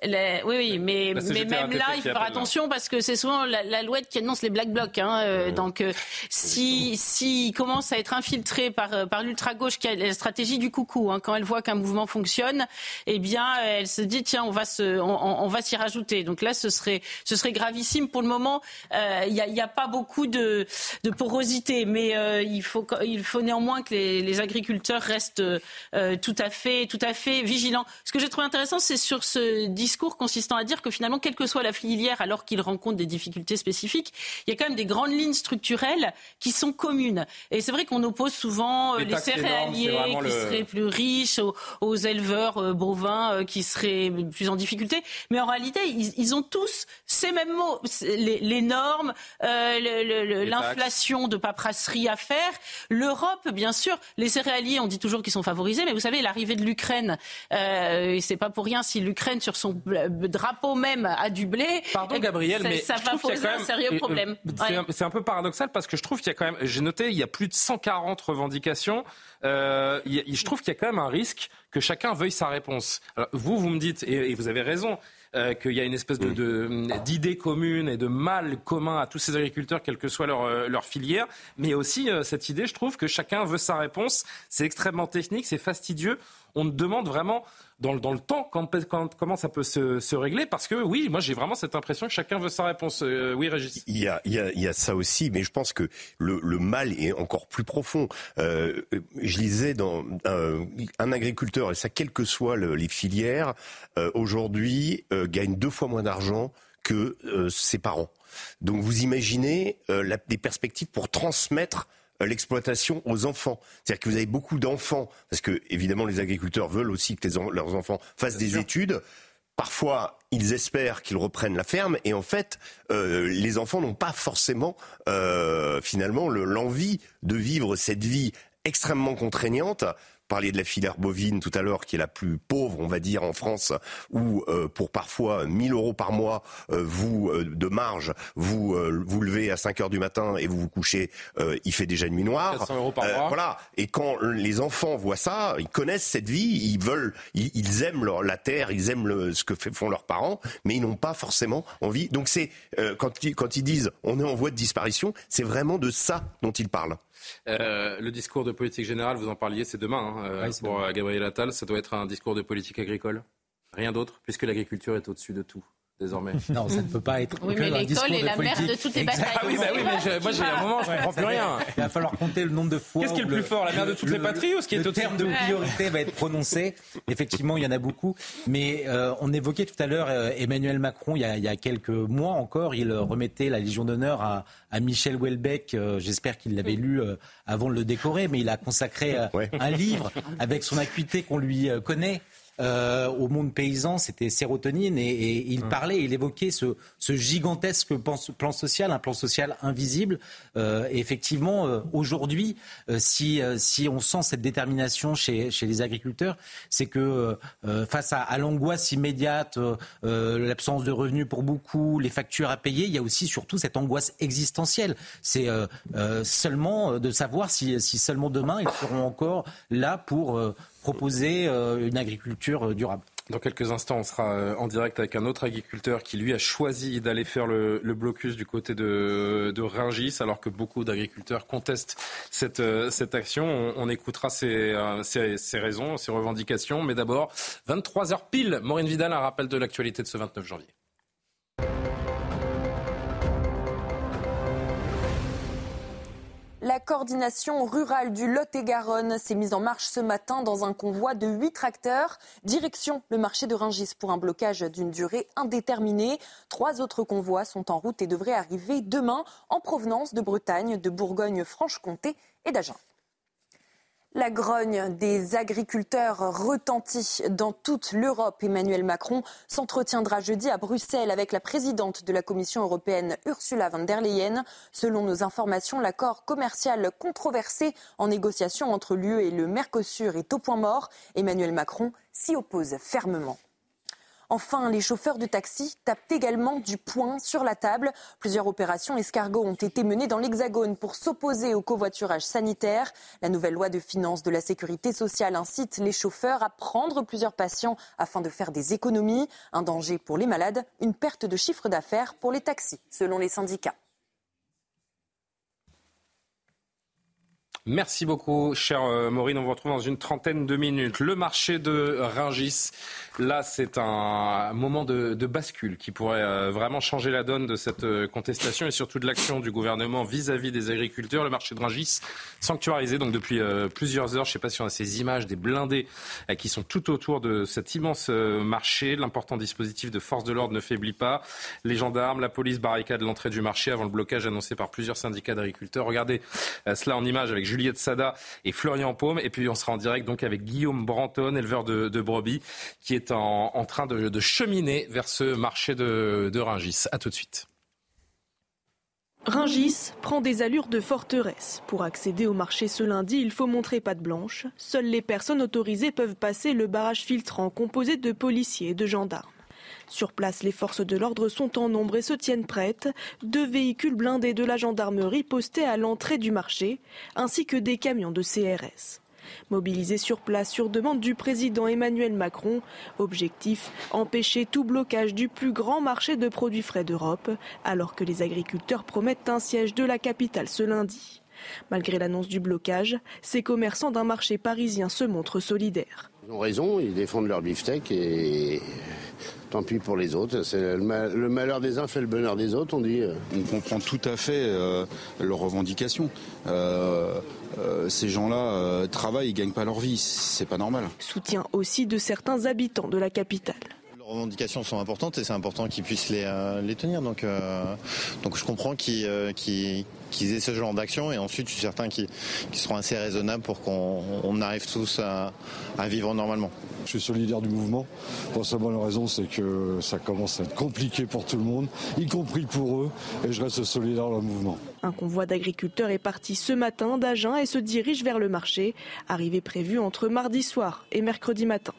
Les, oui, oui, mais, bah, mais même là, il faut faire attention parce que c'est souvent la, l'alouette qui annonce les black blocs. Hein, euh, mmh. Donc, euh, si, si il commence à être infiltré par, par l'ultra-gauche qui a la stratégie du coucou, hein, quand elle voit qu'un mouvement fonctionne, eh bien, elle se dit, tiens, on va, se, on, on va s'y rajouter. Donc là, ce serait, ce serait gravissime. Pour le moment, il euh, n'y a, y a pas beaucoup de, de porosité, mais euh, il, faut, il faut néanmoins que les, les agriculteurs restent euh, tout à fait, tout à fait vigilants. Ce que j'ai trouvé intéressant, c'est sur ce discours discours consistant à dire que finalement, quelle que soit la filière, alors qu'ils rencontrent des difficultés spécifiques, il y a quand même des grandes lignes structurelles qui sont communes. Et c'est vrai qu'on oppose souvent les, les céréaliers énormes, qui le... seraient plus riches aux, aux éleveurs euh, bovins euh, qui seraient plus en difficulté. Mais en réalité, ils, ils ont tous ces mêmes mots. Les, les normes, euh, le, le, le, l'inflation de paperasserie à faire. L'Europe, bien sûr. Les céréaliers, on dit toujours qu'ils sont favorisés. Mais vous savez, l'arrivée de l'Ukraine, euh, et c'est pas pour rien si l'Ukraine, sur son drapeau même a du blé. Pardon Gabriel, ça, mais ça je va poser un même, sérieux problème. C'est, ouais. un, c'est un peu paradoxal parce que je trouve qu'il y a quand même, j'ai noté, il y a plus de cent quarante revendications. Euh, il y a, je trouve qu'il y a quand même un risque que chacun veuille sa réponse. Alors, vous, vous me dites, et, et vous avez raison, euh, qu'il y a une espèce de, de, d'idée commune et de mal commun à tous ces agriculteurs, quelle que soit leur, leur filière. Mais aussi, euh, cette idée, je trouve que chacun veut sa réponse. C'est extrêmement technique, c'est fastidieux. On demande vraiment dans le, dans le temps quand, quand, comment ça peut se, se régler, parce que oui, moi j'ai vraiment cette impression que chacun veut sa réponse. Euh, oui, Régis. Il y a, il y a, il y a ça aussi, mais je pense que le, le mal est encore plus profond. Euh, je lisais dans euh, un agriculteur, et ça quelles que soient le, les filières, euh, aujourd'hui euh, gagne deux fois moins d'argent que euh, ses parents. Donc vous imaginez euh, la, les perspectives pour transmettre l'exploitation aux enfants. C'est-à-dire que vous avez beaucoup d'enfants, parce que évidemment les agriculteurs veulent aussi que les en, leurs enfants fassent Bien des sûr. études. Parfois, ils espèrent qu'ils reprennent la ferme, et en fait, euh, les enfants n'ont pas forcément euh, finalement le, l'envie de vivre cette vie extrêmement contraignante. Parler de la filière bovine tout à l'heure, qui est la plus pauvre, on va dire, en France, où euh, pour parfois mille euros par mois, euh, vous euh, de marge, vous euh, vous levez à cinq heures du matin et vous vous couchez, euh, il fait déjà nuit noire. quatre cents euros par euh, mois. Voilà. Et quand les enfants voient ça, ils connaissent cette vie, ils veulent, ils, ils aiment leur, la terre, ils aiment le, ce que fait, font leurs parents, mais ils n'ont pas forcément envie. Donc c'est euh, quand, ils, quand ils disent on est en voie de disparition, c'est vraiment de ça dont ils parlent. Euh, le discours de politique générale, vous en parliez, c'est demain hein, euh, ouais, c'est pour demain. Gabriel Attal. Ça doit être un discours de politique agricole. Rien d'autre, puisque l'agriculture est au-dessus de tout. Désormais. Non, ça ne peut pas être. Oui, mais l'école est la mère de toutes les batailles. Ah oui, bah oui, mais je, moi, j'ai un moment, je ne comprends plus rien. Il va falloir compter le nombre de fois. Qu'est-ce qui est le plus fort, la mère de toutes le, les patries ou ce qui est le au-dessus terme de priorité va être prononcé. Effectivement, il y en a beaucoup. Mais euh, on évoquait tout à l'heure euh, Emmanuel Macron, il y, a, il y a quelques mois encore, il remettait la Légion d'honneur à, à Michel Houellebecq. Euh, j'espère qu'il l'avait lu euh, avant de le décorer, mais il a consacré euh, ouais. un livre avec son acuité qu'on lui euh, connaît. Euh, au monde paysan, c'était sérotonine et, et il parlait, il évoquait ce, ce gigantesque plan, plan social, un plan social invisible. Euh, et effectivement, euh, aujourd'hui, euh, si, euh, si on sent cette détermination chez, chez les agriculteurs, c'est que euh, face à, à l'angoisse immédiate, euh, l'absence de revenus pour beaucoup, les factures à payer, il y a aussi surtout cette angoisse existentielle. C'est euh, euh, seulement de savoir si, si seulement demain ils seront encore là pour euh, proposer euh, une agriculture durable. Dans quelques instants, on sera en direct avec un autre agriculteur qui, lui, a choisi d'aller faire le, le blocus du côté de, de Rungis, alors que beaucoup d'agriculteurs contestent cette, cette action. On, on écoutera ses, ses, ses raisons, ses revendications. Mais d'abord, vingt-trois heures pile, Maureen Vidal, un rappel de l'actualité de ce vingt-neuf janvier. La coordination rurale du Lot-et-Garonne s'est mise en marche ce matin dans un convoi de huit tracteurs. Direction le marché de Rungis pour un blocage d'une durée indéterminée. Trois autres convois sont en route et devraient arriver demain en provenance de Bretagne, de Bourgogne-Franche-Comté et d'Agen. La grogne des agriculteurs retentit dans toute l'Europe. Emmanuel Macron s'entretiendra jeudi à Bruxelles avec la présidente de la Commission européenne, Ursula von der Leyen. Selon nos informations, l'accord commercial controversé en négociation entre l'U E et le Mercosur est au point mort. Emmanuel Macron s'y oppose fermement. Enfin, les chauffeurs de taxi tapent également du poing sur la table. Plusieurs opérations escargots ont été menées dans l'Hexagone pour s'opposer au covoiturage sanitaire. La nouvelle loi de finances de la sécurité sociale incite les chauffeurs à prendre plusieurs patients afin de faire des économies. Un danger pour les malades, une perte de chiffre d'affaires pour les taxis, selon les syndicats. Merci beaucoup, chère Maureen. On vous retrouve dans une trentaine de minutes. Le marché de Rungis, là, c'est un moment de, de bascule qui pourrait vraiment changer la donne de cette contestation et surtout de l'action du gouvernement vis-à-vis des agriculteurs. Le marché de Rungis, sanctuarisé donc depuis plusieurs heures. Je ne sais pas si on a ces images des blindés qui sont tout autour de cet immense marché. L'important dispositif de force de l'ordre ne faiblit pas. Les gendarmes, la police barricadent l'entrée du marché avant le blocage annoncé par plusieurs syndicats d'agriculteurs. Regardez cela en image avec Juliette Sada et Florian Paume. Et puis on sera en direct donc avec Guillaume Branton, éleveur de, de brebis, qui est en, en train de, de cheminer vers ce marché de, de Rungis. A tout de suite. Rungis prend des allures de forteresse. Pour accéder au marché ce lundi, il faut montrer patte blanche. Seules les personnes autorisées peuvent passer le barrage filtrant composé de policiers et de gendarmes. Sur place, les forces de l'ordre sont en nombre et se tiennent prêtes. Deux véhicules blindés de la gendarmerie postés à l'entrée du marché, ainsi que des camions de C R S. Mobilisés sur place sur demande du président Emmanuel Macron, objectif, empêcher tout blocage du plus grand marché de produits frais d'Europe, alors que les agriculteurs promettent un siège de la capitale ce lundi. Malgré l'annonce du blocage, ces commerçants d'un marché parisien se montrent solidaires. Ils ont raison, ils défendent leur beefsteak et tant pis pour les autres. C'est le, mal, le malheur des uns fait le bonheur des autres, on dit. On comprend tout à fait euh, leurs revendications. Euh, euh, ces gens-là euh, travaillent, ils ne gagnent pas leur vie, c'est pas normal. Soutien aussi de certains habitants de la capitale. Les revendications sont importantes et c'est important qu'ils puissent les, euh, les tenir. Donc, euh, donc je comprends qu'ils, euh, qu'ils, qu'ils aient ce genre d'action et ensuite je suis certain qu'ils, qu'ils seront assez raisonnables pour qu'on on arrive tous à, à vivre normalement. Je suis solidaire du mouvement. Pour sa bonne raison, c'est que ça commence à être compliqué pour tout le monde, y compris pour eux, et je reste solidaire dans le mouvement. Un convoi d'agriculteurs est parti ce matin d'Agen et se dirige vers le marché, arrivée prévue entre mardi soir et mercredi matin.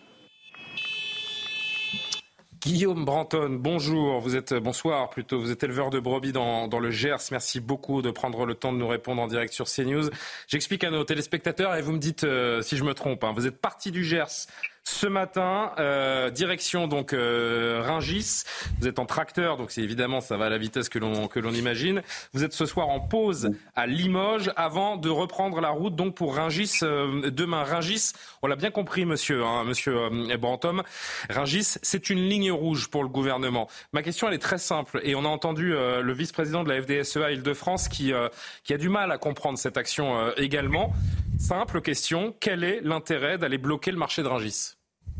Guillaume Branton, bonjour, vous êtes, bonsoir plutôt, vous êtes éleveur de brebis dans, dans le Gers. Merci beaucoup de prendre le temps de nous répondre en direct sur CNews. J'explique à nos téléspectateurs et vous me dites euh, si je me trompe. Hein. Vous êtes parti du Gers ce matin, euh, direction donc euh, Rungis. Vous êtes en tracteur, donc c'est évidemment ça va à la vitesse que l'on que l'on imagine. Vous êtes ce soir en pause à Limoges avant de reprendre la route donc pour Rungis euh, demain. Rungis, on l'a bien compris, monsieur, hein, monsieur euh, Branton. Rungis, c'est une ligne rouge pour le gouvernement. Ma question elle est très simple et on a entendu euh, le vice-président de la F D S E A Île-de-France qui euh, qui a du mal à comprendre cette action euh, également. Simple question, quel est l'intérêt d'aller bloquer le marché de Rungis ?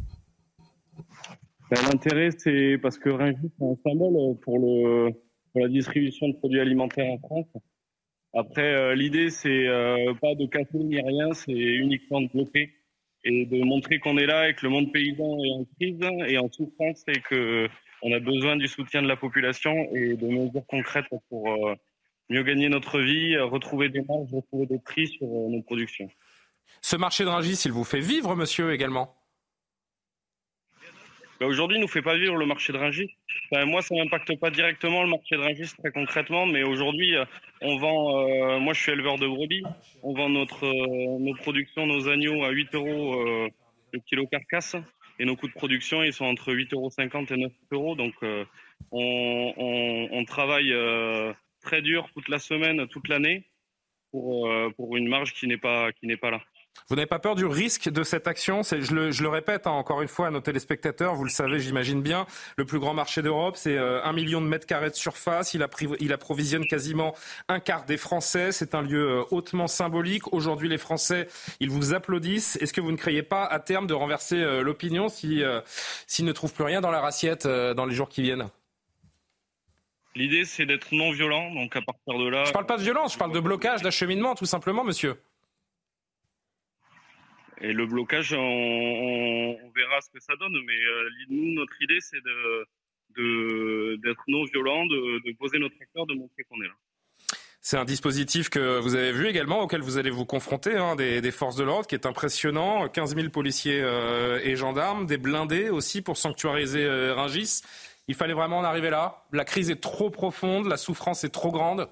Ben, l'intérêt, c'est parce que Rungis, c'est un symbole pour, le, pour la distribution de produits alimentaires en France. Après, euh, l'idée, c'est euh, pas de casser ni rien, c'est uniquement de bloquer et de montrer qu'on est là et que le monde paysan est en crise et en souffrance et qu'on a besoin du soutien de la population et de mesures concrètes pour euh, mieux gagner notre vie, retrouver des marges, retrouver des prix sur euh, nos productions. Ce marché de Rungis, il vous fait vivre, monsieur, également ? Ben aujourd'hui, il ne nous fait pas vivre le marché de Rungis. Enfin, moi, ça ne m'impacte pas directement le marché de Rungis très concrètement, mais aujourd'hui, on vend. Euh, moi, je suis éleveur de brebis. On vend notre euh, nos productions, nos agneaux à huit euros euh, le kilo carcasse, et nos coûts de production, ils sont entre huit euros cinquante et neuf euros. Donc, euh, on, on, on travaille euh, très dur toute la semaine, toute l'année, pour euh, pour une marge qui n'est pas qui n'est pas là. Vous n'avez pas peur du risque de cette action ? C'est, je, le, je le répète hein, encore une fois à nos téléspectateurs, vous le savez, j'imagine bien, le plus grand marché d'Europe, c'est euh, un million de mètres carrés de surface, il, a, il approvisionne quasiment un quart des Français, c'est un lieu euh, hautement symbolique. Aujourd'hui, les Français, ils vous applaudissent. Est-ce que vous ne craignez pas à terme de renverser euh, l'opinion si, euh, s'ils ne trouvent plus rien dans leur assiette euh, dans les jours qui viennent ? L'idée, c'est d'être non violent, donc à partir de là... Je ne parle pas de violence, je parle de blocage, d'acheminement, tout simplement, monsieur. Et le blocage, on, on, on verra ce que ça donne. Mais euh, nous, notre idée, c'est de, de, d'être non violent, de, de poser notre acteur, de montrer qu'on est là. C'est un dispositif que vous avez vu également, auquel vous allez vous confronter, hein, des, des forces de l'ordre, qui est impressionnant. quinze mille policiers euh, et gendarmes, des blindés aussi pour sanctuariser euh, Rungis. Il fallait vraiment en arriver là. La crise est trop profonde, la souffrance est trop grande.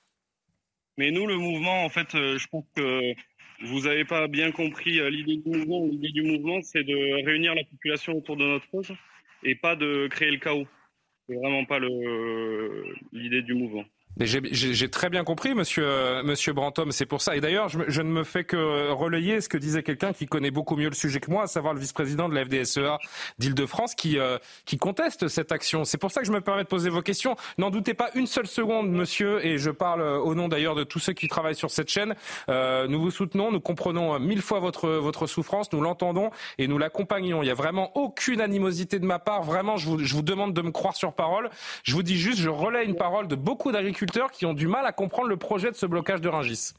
Mais nous, le mouvement, en fait, euh, je pense que vous n'avez pas bien compris euh, l'idée du mouvement. L'idée du mouvement, c'est de réunir la population autour de notre cause et pas de créer le chaos. C'est vraiment pas le, l'idée du mouvement. Mais j'ai, j'ai, j'ai très bien compris, monsieur, euh, monsieur Brantôme, c'est pour ça. Et d'ailleurs, je, je ne me fais que relayer ce que disait quelqu'un qui connaît beaucoup mieux le sujet que moi, à savoir le vice-président de la F D S E A d'Île-de-France, qui, euh, qui conteste cette action. C'est pour ça que je me permets de poser vos questions. N'en doutez pas une seule seconde, monsieur, et je parle au nom d'ailleurs de tous ceux qui travaillent sur cette chaîne. Euh, nous vous soutenons, nous comprenons mille fois votre, votre souffrance, nous l'entendons et nous l'accompagnons. Il n'y a vraiment aucune animosité de ma part. Vraiment, je vous, je vous demande de me croire sur parole. Je vous dis juste, je relaie une parole de beaucoup d'agriculteurs qui ont du mal à comprendre le projet de ce blocage de Rungis.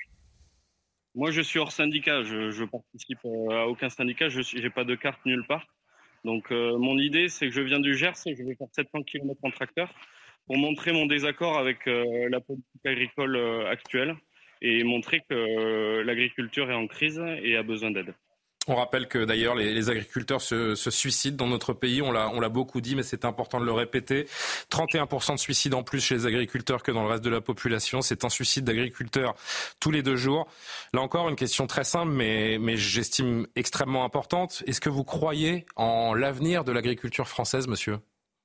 Moi, je suis hors syndicat. Je, je participe à aucun syndicat. Je n'ai pas de carte nulle part. Donc, euh, mon idée, c'est que je viens du Gers et je vais faire sept cents kilomètres en tracteur pour montrer mon désaccord avec euh, la politique agricole euh, actuelle et montrer que euh, l'agriculture est en crise et a besoin d'aide. On rappelle que d'ailleurs les, les agriculteurs se, se suicident dans notre pays, on l'a, on l'a beaucoup dit mais c'est important de le répéter. trente et un pour cent de suicides en plus chez les agriculteurs que dans le reste de la population, c'est un suicide d'agriculteurs tous les deux jours. Là encore une question très simple mais, mais j'estime extrêmement importante. Est-ce que vous croyez en l'avenir de l'agriculture française, monsieur ?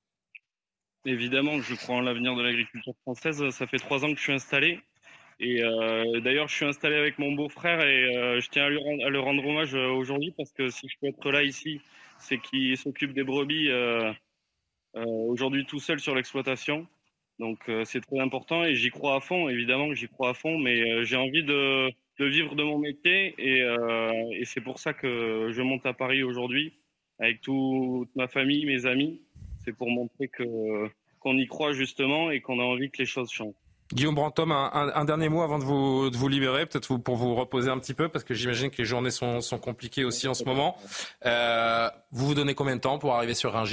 Évidemment que je crois en l'avenir de l'agriculture française, ça fait trois ans que je suis installé. Et euh, d'ailleurs, je suis installé avec mon beau-frère et euh, je tiens à, lui rendre, à le rendre hommage euh, aujourd'hui parce que si je peux être là ici, c'est qu'il s'occupe des brebis euh, euh, aujourd'hui tout seul sur l'exploitation. Donc euh, c'est très important et j'y crois à fond, évidemment que j'y crois à fond, mais euh, j'ai envie de, de vivre de mon métier et, euh, et c'est pour ça que je monte à Paris aujourd'hui avec toute ma famille, mes amis. C'est pour montrer que, qu'on y croit justement et qu'on a envie que les choses changent. Guillaume Brantôme, un, un, un dernier mot avant de vous, de vous libérer, peut-être vous, pour vous reposer un petit peu, parce que j'imagine que les journées sont, sont compliquées aussi en ce moment. Euh, vous vous donnez combien de temps pour arriver sur Rungis ?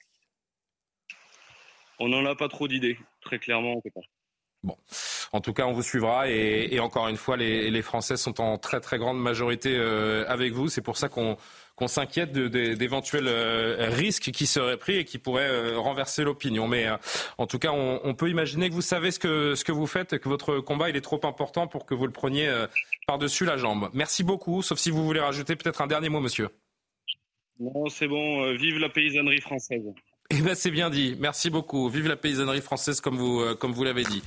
On n'en a pas trop d'idées, très clairement, on ne peut pas. Bon, en tout cas, on vous suivra et, et encore une fois, les, les Français sont en très très grande majorité euh, avec vous. C'est pour ça qu'on, qu'on s'inquiète de, de, d'éventuels euh, risques qui seraient pris et qui pourraient euh, renverser l'opinion. Mais euh, en tout cas, on, on peut imaginer que vous savez ce que, ce que vous faites, que votre combat il est trop important pour que vous le preniez euh, par-dessus la jambe. Merci beaucoup, sauf si vous voulez rajouter peut-être un dernier mot, monsieur. Non, c'est bon. Euh, vive la paysannerie française. Eh bien, c'est bien dit. Merci beaucoup. Vive la paysannerie française, comme vous, euh, comme vous l'avez dit.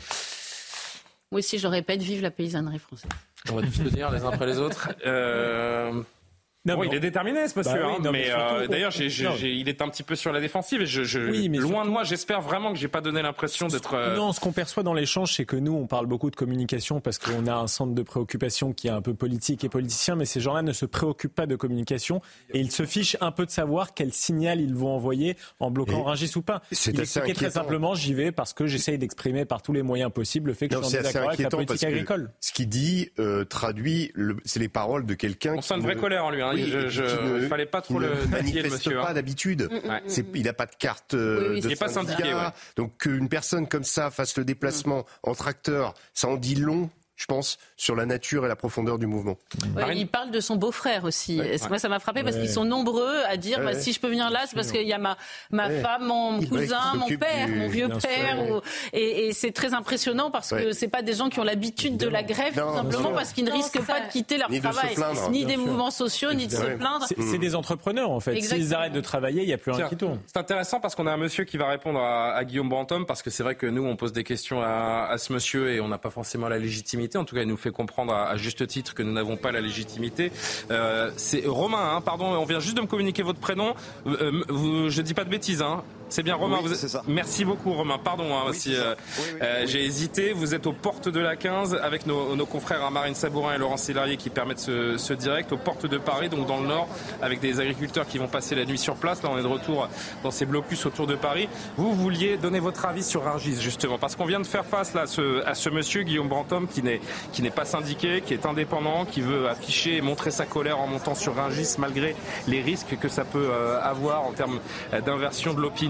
Moi aussi, je le répète, vive la paysannerie française. On va tous le dire les uns après les autres. Euh... Non, bon, il est déterminé ce monsieur, bah oui, hein, non, mais, mais surtout, euh, d'ailleurs j'ai, j'ai, j'ai, il est un petit peu sur la défensive et je, je, oui, mais loin surtout, de moi, j'espère vraiment que j'ai pas donné l'impression d'être... Euh... Non, ce qu'on perçoit dans l'échange, c'est que nous, on parle beaucoup de communication parce qu'on a un centre de préoccupation qui est un peu politique et politicien, mais ces gens-là ne se préoccupent pas de communication et ils se fichent un peu de savoir quel signal ils vont envoyer en bloquant Rungis ou pas. C'est il assez expliquait très simplement, j'y vais parce que j'essaye d'exprimer par tous les moyens possibles le fait que non, je suis en désaccord avec la politique agricole. Ce qu'il dit euh, traduit, le, c'est les paroles de quelqu'un on qui... sent une vraie ne... colère en lui, hein. Oui, je, je... Il ne fallait pas trop le manifeste le monsieur, pas hein. d'habitude. Ouais. C'est, il n'a pas de carte euh, oui, oui, de il syndicat. Pas syndiqué, ouais. Donc qu'une personne comme ça fasse le déplacement en tracteur, ça en dit long, je pense, sur la nature et la profondeur du mouvement. Ouais, il parle de son beau-frère aussi. Ouais, Moi, ça m'a frappé ouais. parce qu'ils sont nombreux à dire ouais, bah, si je peux venir là, c'est parce qu'il y a ma, ma ouais. femme, mon cousin, mon père, du... mon vieux Bien père. Sûr, ou... et, et c'est très impressionnant parce ouais. que c'est pas des gens qui ont l'habitude de la grève, non, tout simplement parce qu'ils ne risquent pas de quitter leur ni travail, plaindre, ni des sûr. mouvements sociaux, ni de se plaindre. C'est, c'est des entrepreneurs en fait. Exactement. S'ils arrêtent de travailler, il n'y a plus rien qui tourne. C'est intéressant parce qu'on a un monsieur qui va répondre à, à Guillaume Brantôme parce que c'est vrai que nous, on pose des questions à, à ce monsieur et on n'a pas forcément la légitimité. En tout cas, il nous fait comprendre comprendre à, à juste titre que nous n'avons pas la légitimité. Euh, c'est Romain, hein, pardon, on vient juste de me communiquer votre prénom. Euh, vous, je dis pas de bêtises, hein. C'est bien Romain. Oui, vous... c'est ça. Merci beaucoup Romain. Pardon hein, oui, si euh, oui, oui, euh, oui. j'ai hésité. Vous êtes aux portes de la quinze avec nos, nos confrères hein, Marine Sabourin et Laurent Sélarié qui permettent ce, ce direct aux portes de Paris, donc dans le Nord, avec des agriculteurs qui vont passer la nuit sur place. Là, on est de retour dans ces blocus autour de Paris. Vous vouliez donner votre avis sur Rungis justement, parce qu'on vient de faire face là à ce, à ce monsieur Guillaume Brantôme qui n'est qui n'est pas syndiqué, qui est indépendant, qui veut afficher et montrer sa colère en montant sur Rungis malgré les risques que ça peut euh, avoir en termes d'inversion de l'opinion.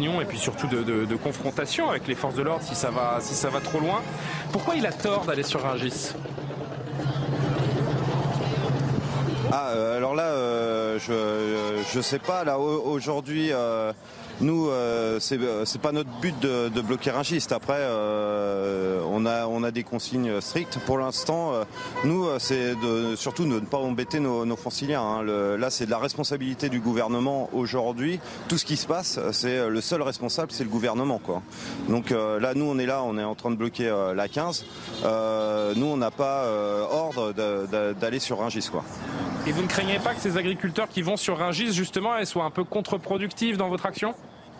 d'union et puis surtout de, de, de confrontation avec les forces de l'ordre si ça va, si ça va trop loin. Pourquoi il a tort d'aller sur Rungis ? Ah, euh, alors là, euh, je je sais pas. Là, aujourd'hui, euh, nous, euh, c'est c'est pas notre but de, de bloquer Rungis. Après, euh, on a on a des consignes strictes. Pour l'instant, euh, nous, c'est de, surtout de ne pas embêter nos, nos franciliens. Hein. Le, là, c'est de la responsabilité du gouvernement aujourd'hui. Tout ce qui se passe, c'est le seul responsable, c'est le gouvernement, quoi. Donc euh, là, nous, on est là, on est en train de bloquer euh, la quinze. Euh, nous, on n'a pas euh, ordre de, de, d'aller sur Rungis, quoi. Et vous ne craignez pas que ces agriculteurs qui vont sur Rungis, justement, elles soient un peu contre-productifs dans votre action ?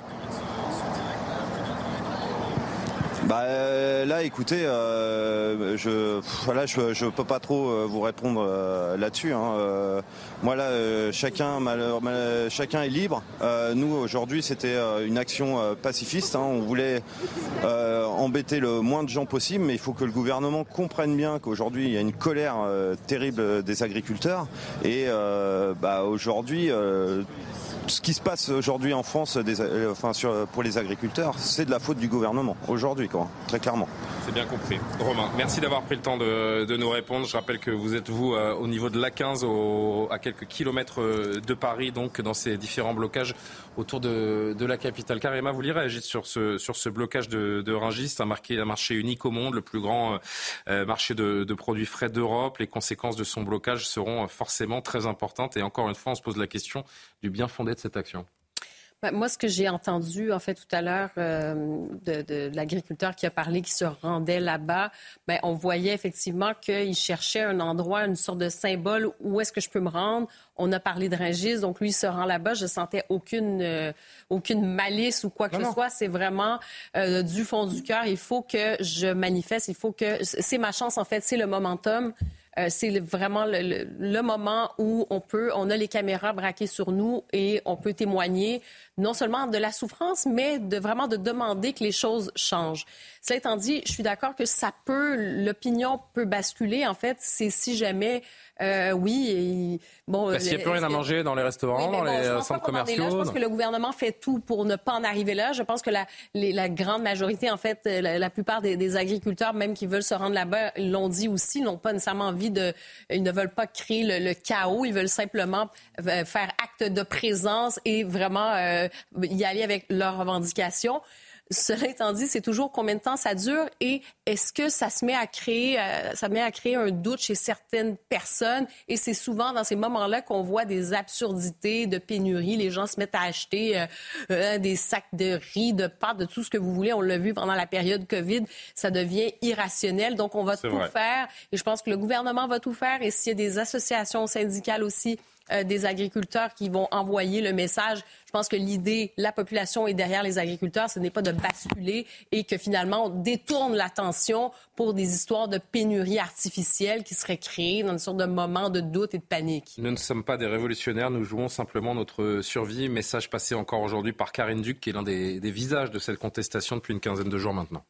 Bah euh, là, écoutez, euh, je voilà, je je peux pas trop euh, vous répondre euh, là-dessus. Hein. Euh, moi là, euh, chacun malheur, mal, chacun est libre. Euh, nous aujourd'hui, c'était euh, une action euh, pacifiste. Hein. On voulait euh, embêter le moins de gens possible, mais il faut que le gouvernement comprenne bien qu'aujourd'hui il y a une colère euh, terrible des agriculteurs et euh, bah aujourd'hui. Euh, Ce qui se passe aujourd'hui en France, des, euh, enfin sur, pour les agriculteurs, c'est de la faute du gouvernement aujourd'hui, quoi, très clairement. C'est bien compris. Romain, merci d'avoir pris le temps de, de nous répondre. Je rappelle que vous êtes, vous, euh, au niveau de l'A quinze, au, à quelques kilomètres de Paris, donc dans ces différents blocages autour de, de la capitale. Karima, vous voulez réagir sur ce, sur ce blocage de, de Rungis, un, marqué, un marché unique au monde, le plus grand euh, marché de, de produits frais d'Europe. Les conséquences de son blocage seront forcément très importantes. Et encore une fois, on se pose la question du bien fondé de cette action. Moi, ce que j'ai entendu, en fait, tout à l'heure, euh, de, de, de l'agriculteur qui a parlé, qui se rendait là-bas, ben, on voyait effectivement qu'il cherchait un endroit, une sorte de symbole, où est-ce que je peux me rendre? On a parlé de Rungis, donc lui, il se rend là-bas. Je sentais aucune, euh, aucune malice ou quoi que non, ce non. soit. C'est vraiment euh, du fond du cœur. Il faut que je manifeste, il faut que... C'est ma chance, en fait, c'est le momentum. Euh, c'est le, vraiment le, le, le moment où on peut, on a les caméras braquées sur nous et on peut témoigner non seulement de la souffrance, mais de vraiment de demander que les choses changent. Cela étant dit, je suis d'accord que ça peut, l'opinion peut basculer. En fait, c'est si jamais, euh, oui, et, bon. Parce qu'il n'y a plus rien à manger dans les restaurants, oui, dans bon, les centres commerciaux. Là, je pense que le gouvernement fait tout pour ne pas en arriver là. Je pense que la, les, la grande majorité, en fait, la, la plupart des, des agriculteurs, même qui veulent se rendre là-bas, l'ont dit aussi, n'ont pas nécessairement envie de, ils ne veulent pas créer le, le chaos. Ils veulent simplement faire acte de présence et vraiment euh, y aller avec leurs revendications. Cela étant dit, c'est toujours combien de temps ça dure et est-ce que ça se met à créer, euh, ça met à créer un doute chez certaines personnes et c'est souvent dans ces moments-là qu'on voit des absurdités de pénurie. Les gens se mettent à acheter euh, euh, des sacs de riz, de pâtes, de tout ce que vous voulez. On l'a vu pendant la période COVID, ça devient irrationnel. Donc, on va c'est tout vrai. faire et je pense que le gouvernement va tout faire et s'il y a des associations syndicales aussi, Euh, des agriculteurs qui vont envoyer le message. Je pense que l'idée, la population est derrière les agriculteurs, ce n'est pas de basculer et que finalement on détourne l'attention pour des histoires de pénurie artificielle qui seraient créées dans une sorte de moment de doute et de panique. Nous ne sommes pas des révolutionnaires, nous jouons simplement notre survie. Message passé encore aujourd'hui par Karine Duc, qui est l'un des, des visages de cette contestation depuis une quinzaine de jours maintenant.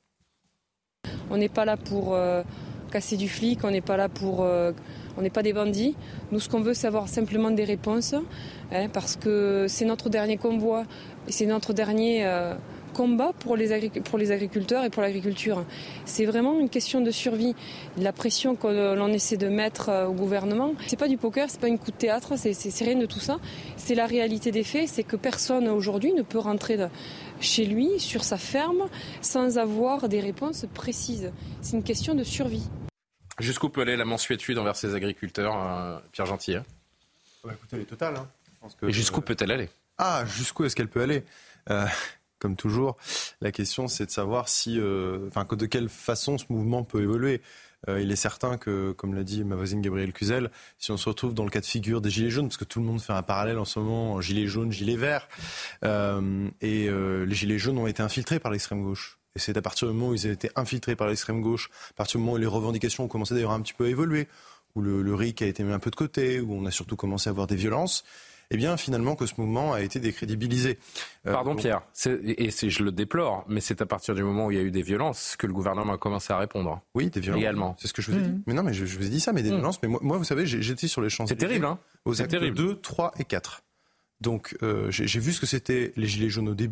On n'est pas là pour euh, casser du flic, on n'est pas là pour... Euh, On n'est pas des bandits. Nous, ce qu'on veut, c'est avoir simplement des réponses, hein, parce que c'est notre dernier convoi et c'est notre dernier euh, combat pour les, agric- pour les agriculteurs et pour l'agriculture. C'est vraiment une question de survie. La pression que l'on essaie de mettre au gouvernement, c'est pas du poker, c'est pas une coup de théâtre, c'est, c'est, c'est rien de tout ça. C'est la réalité des faits, c'est que personne aujourd'hui ne peut rentrer de, chez lui, sur sa ferme, sans avoir des réponses précises. C'est une question de survie. Jusqu'où peut aller la mansuétude envers ces agriculteurs, euh, Pierre Gentillet ? Bah, écoutez, elle est totale. Hein. Je pense que, Et jusqu'où euh... peut-elle aller ? Ah, jusqu'où est-ce qu'elle peut aller ? euh, Comme toujours, la question c'est de savoir si, euh, enfin, de quelle façon ce mouvement peut évoluer. Euh, il est certain que, comme l'a dit ma voisine Gabrielle Cluzel, si on se retrouve dans le cas de figure des gilets jaunes, parce que tout le monde fait un parallèle en ce moment, gilets jaunes, gilets verts, euh, et euh, les gilets jaunes ont été infiltrés par l'extrême gauche. Et c'est à partir du moment où ils ont été infiltrés par l'extrême gauche, à partir du moment où les revendications ont commencé d'ailleurs un petit peu à évoluer, où le, le R I C a été mis un peu de côté, où on a surtout commencé à avoir des violences, eh bien finalement que ce mouvement a été décrédibilisé. Euh, Pardon donc... Pierre, c'est, et c'est, je le déplore, mais c'est à partir du moment où il y a eu des violences que le gouvernement a commencé à répondre. Oui, des violences. Également. C'est ce que je vous ai mmh. dit. Mais non, mais je, je vous ai dit ça, mais des mmh. violences. Mais moi, moi, vous savez, j'ai, j'étais sur les Champs-Élysées. C'est terrible, hein. Aux c'est actes terrible. deux, trois et quatre. Donc euh, j'ai, j'ai vu ce que c'était les gilets jaunes au début.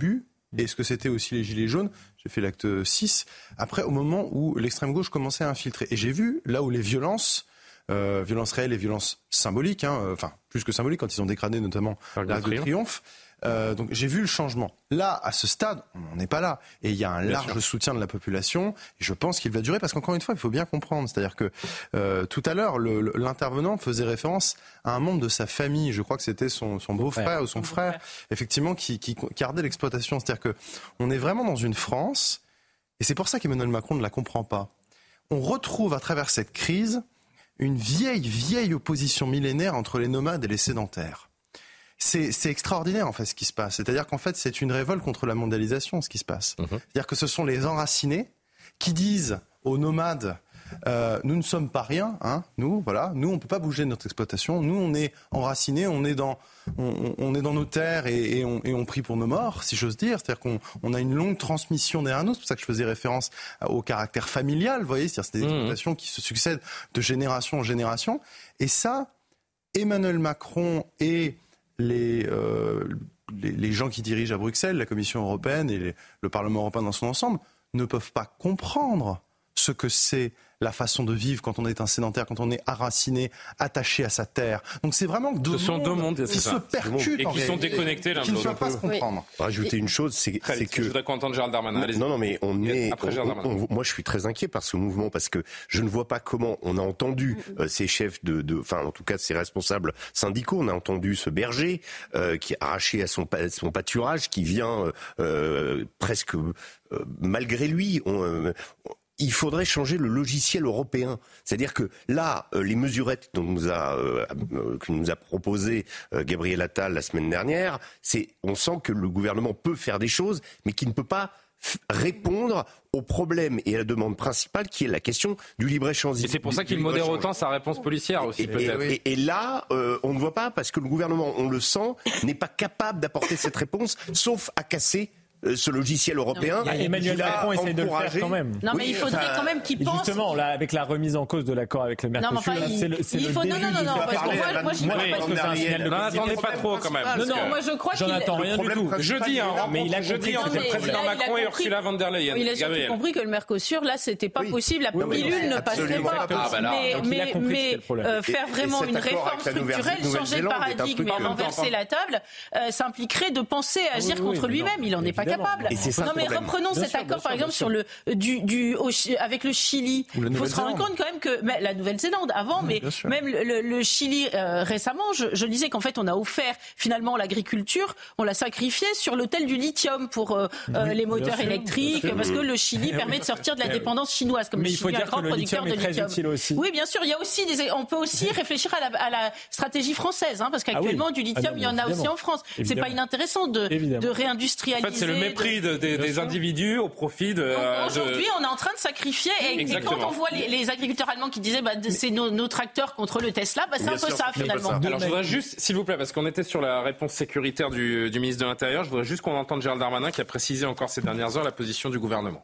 et ce que c'était aussi les Gilets jaunes. J'ai fait l'acte six. Après, au moment où l'extrême gauche commençait à infiltrer. Et j'ai vu là où les violences, euh, violences réelles et violences symboliques, hein, euh, enfin plus que symboliques, quand ils ont dégradé notamment l'Arc de Triomphe. Euh, donc j'ai vu le changement. Là, à ce stade, on n'est pas là. Et il y a un bien large sûr. soutien de la population. Et je pense qu'il va durer parce qu'encore une fois, il faut bien comprendre. C'est-à-dire que euh, tout à l'heure, le, le, l'intervenant faisait référence à un membre de sa famille. Je crois que c'était son, son beau-frère ou son frère, frère, effectivement, qui, qui gardait l'exploitation. C'est-à-dire que on est vraiment dans une France, et c'est pour ça qu'Emmanuel Macron ne la comprend pas. On retrouve à travers cette crise une vieille, vieille opposition millénaire entre les nomades et les sédentaires. C'est, c'est extraordinaire en fait ce qui se passe. C'est-à-dire qu'en fait c'est une révolte contre la mondialisation ce qui se passe. Mmh. C'est-à-dire que ce sont les enracinés qui disent aux nomades euh, nous ne sommes pas rien, hein, nous voilà, nous on peut pas bouger de notre exploitation, nous on est enracinés, on est dans, on, on est dans nos terres et, et, on, et on prie pour nos morts, si j'ose dire. C'est-à-dire qu'on on a une longue transmission derrière nous. C'est pour ça que je faisais référence au caractère familial, vous voyez, c'est-à-dire c'est des mmh. exploitations qui se succèdent de génération en génération. Et ça, Emmanuel Macron et Les, euh, les, les gens qui dirigent à Bruxelles, la Commission européenne et les, le Parlement européen dans son ensemble, ne peuvent pas comprendre ce que c'est la façon de vivre quand on est un sédentaire, quand on est enraciné, attaché à sa terre. Donc c'est vraiment deux ce sont deux mondes qui se percutent et qui sont déconnectés l'un de l'autre. Qui ne peuvent pas se comprendre. Oui. Rajouter une chose, c'est, c'est que... Je voudrais qu'on entende Gérald Darmanin. Non, non, non, mais on est... Après on, on, moi, je suis très inquiet par ce mouvement parce que je ne vois pas comment on a entendu euh, ces chefs de... de enfin, en tout cas, ces responsables syndicaux. On a entendu ce berger euh, qui est arraché à son, son pâturage, qui vient euh, presque euh, malgré lui... On, euh, il faudrait changer le logiciel européen. C'est-à-dire que là, euh, les mesurettes dont nous a, euh, euh, que nous a proposé euh, Gabriel Attal la semaine dernière, c'est, on sent que le gouvernement peut faire des choses, mais qu'il ne peut pas f- répondre au problème et à la demande principale qui est la question du libre-échange. Et c'est pour ça qu'il modère autant sa réponse policière aussi, et, peut-être. Et, et, et là, euh, on ne voit pas, parce que le gouvernement, on le sent, n'est pas capable d'apporter cette réponse, sauf à casser ce logiciel européen. Non, Emmanuel Macron essaie de le faire quand même. Non, mais oui, il faudrait enfin, quand même qu'il pense. Justement, là, avec la remise en cause de l'accord avec le Mercosur, non, enfin, là, c'est le, c'est il le faut, début. Non, non, non, parce que moi, moi, je moi, je pense que c'est un signal de. Non, attendez pas trop quand même. Non, non, moi, je crois qu'il. J'en attends rien du tout. Jeudi, hein, mais il a jeudi entre le président Macron et Ursula von der Leyen. Il a surtout compris que le Mercosur, là, c'était pas possible. La pilule ne passerait pas. Mais, mais faire vraiment une réforme structurelle, changer de paradigme et renverser la table, ça impliquerait de penser à agir contre lui-même. Il en est pas capable. Non, mais reprenons cet accord, par exemple, sur le du du avec le Chili. Il faut se rendre compte quand même que mais, la Nouvelle-Zélande avant, mais même le, le Chili euh, récemment, je, je disais qu'en fait on a offert finalement l'agriculture, on l'a sacrifié sur l'autel du lithium pour euh, oui, les moteurs électriques, sûr, parce que le Chili permet de sortir de la dépendance chinoise, comme mais le Chili est un grand producteur de lithium. Aussi. Oui, bien sûr, il y a aussi des, on peut aussi réfléchir à la, à la stratégie française, hein, parce qu'actuellement ah oui. du lithium ah non, il y en a évidemment. aussi en France. Évidemment. C'est pas inintéressant de, de réindustrialiser. En fait, c'est le mépris de, de, des individus au profit de. Euh, Aujourd'hui, de... on est en train de sacrifier. Et, et quand on voit les, les agriculteurs allemands qui disaient bah, c'est nos, nos tracteurs contre le Tesla, bah, c'est Bien un peu sûr, ça finalement. Ça. Alors je voudrais juste, s'il vous plaît, parce qu'on était sur la réponse sécuritaire du, du ministre de l'Intérieur, je voudrais juste qu'on entende Gérald Darmanin qui a précisé encore ces dernières heures la position du gouvernement.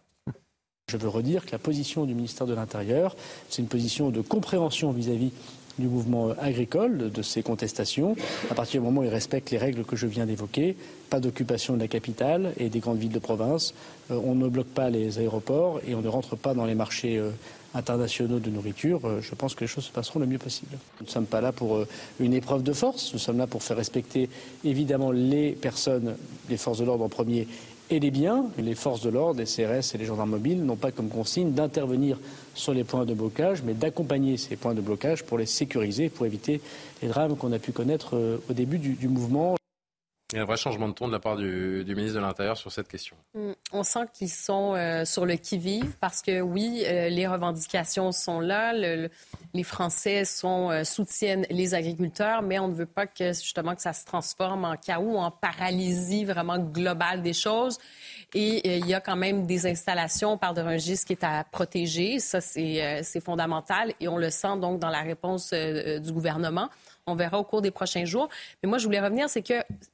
Je veux redire que la position du ministère de l'Intérieur, c'est une position de compréhension vis-à-vis du mouvement agricole, de ces contestations, à partir du moment où il respecte les règles que je viens d'évoquer, pas d'occupation de la capitale et des grandes villes de province, euh, on ne bloque pas les aéroports et on ne rentre pas dans les marchés euh, internationaux de nourriture. Euh, je pense que les choses se passeront le mieux possible. Nous ne sommes pas là pour euh, une épreuve de force, nous sommes là pour faire respecter évidemment les personnes, les forces de l'ordre en premier, et les biens. Les forces de l'ordre, les C R S et les gendarmes mobiles n'ont pas comme consigne d'intervenir sur les points de blocage, mais d'accompagner ces points de blocage pour les sécuriser, pour éviter les drames qu'on a pu connaître euh, au début du, du mouvement. Il y a un vrai changement de ton de la part du, du ministre de l'Intérieur sur cette question. On sent qu'ils sont euh, sur le qui-vive parce que oui, euh, les revendications sont là, le, le, les Français sont, euh, soutiennent les agriculteurs, mais on ne veut pas que justement que ça se transforme en chaos, en paralysie vraiment globale des choses. Et euh, il y a quand même des installations, on parle de Rungis qui est à protéger, ça c'est, euh, c'est fondamental et on le sent donc dans la réponse euh, du gouvernement. On verra au cours des prochains jours. Mais moi, je voulais revenir, c'est que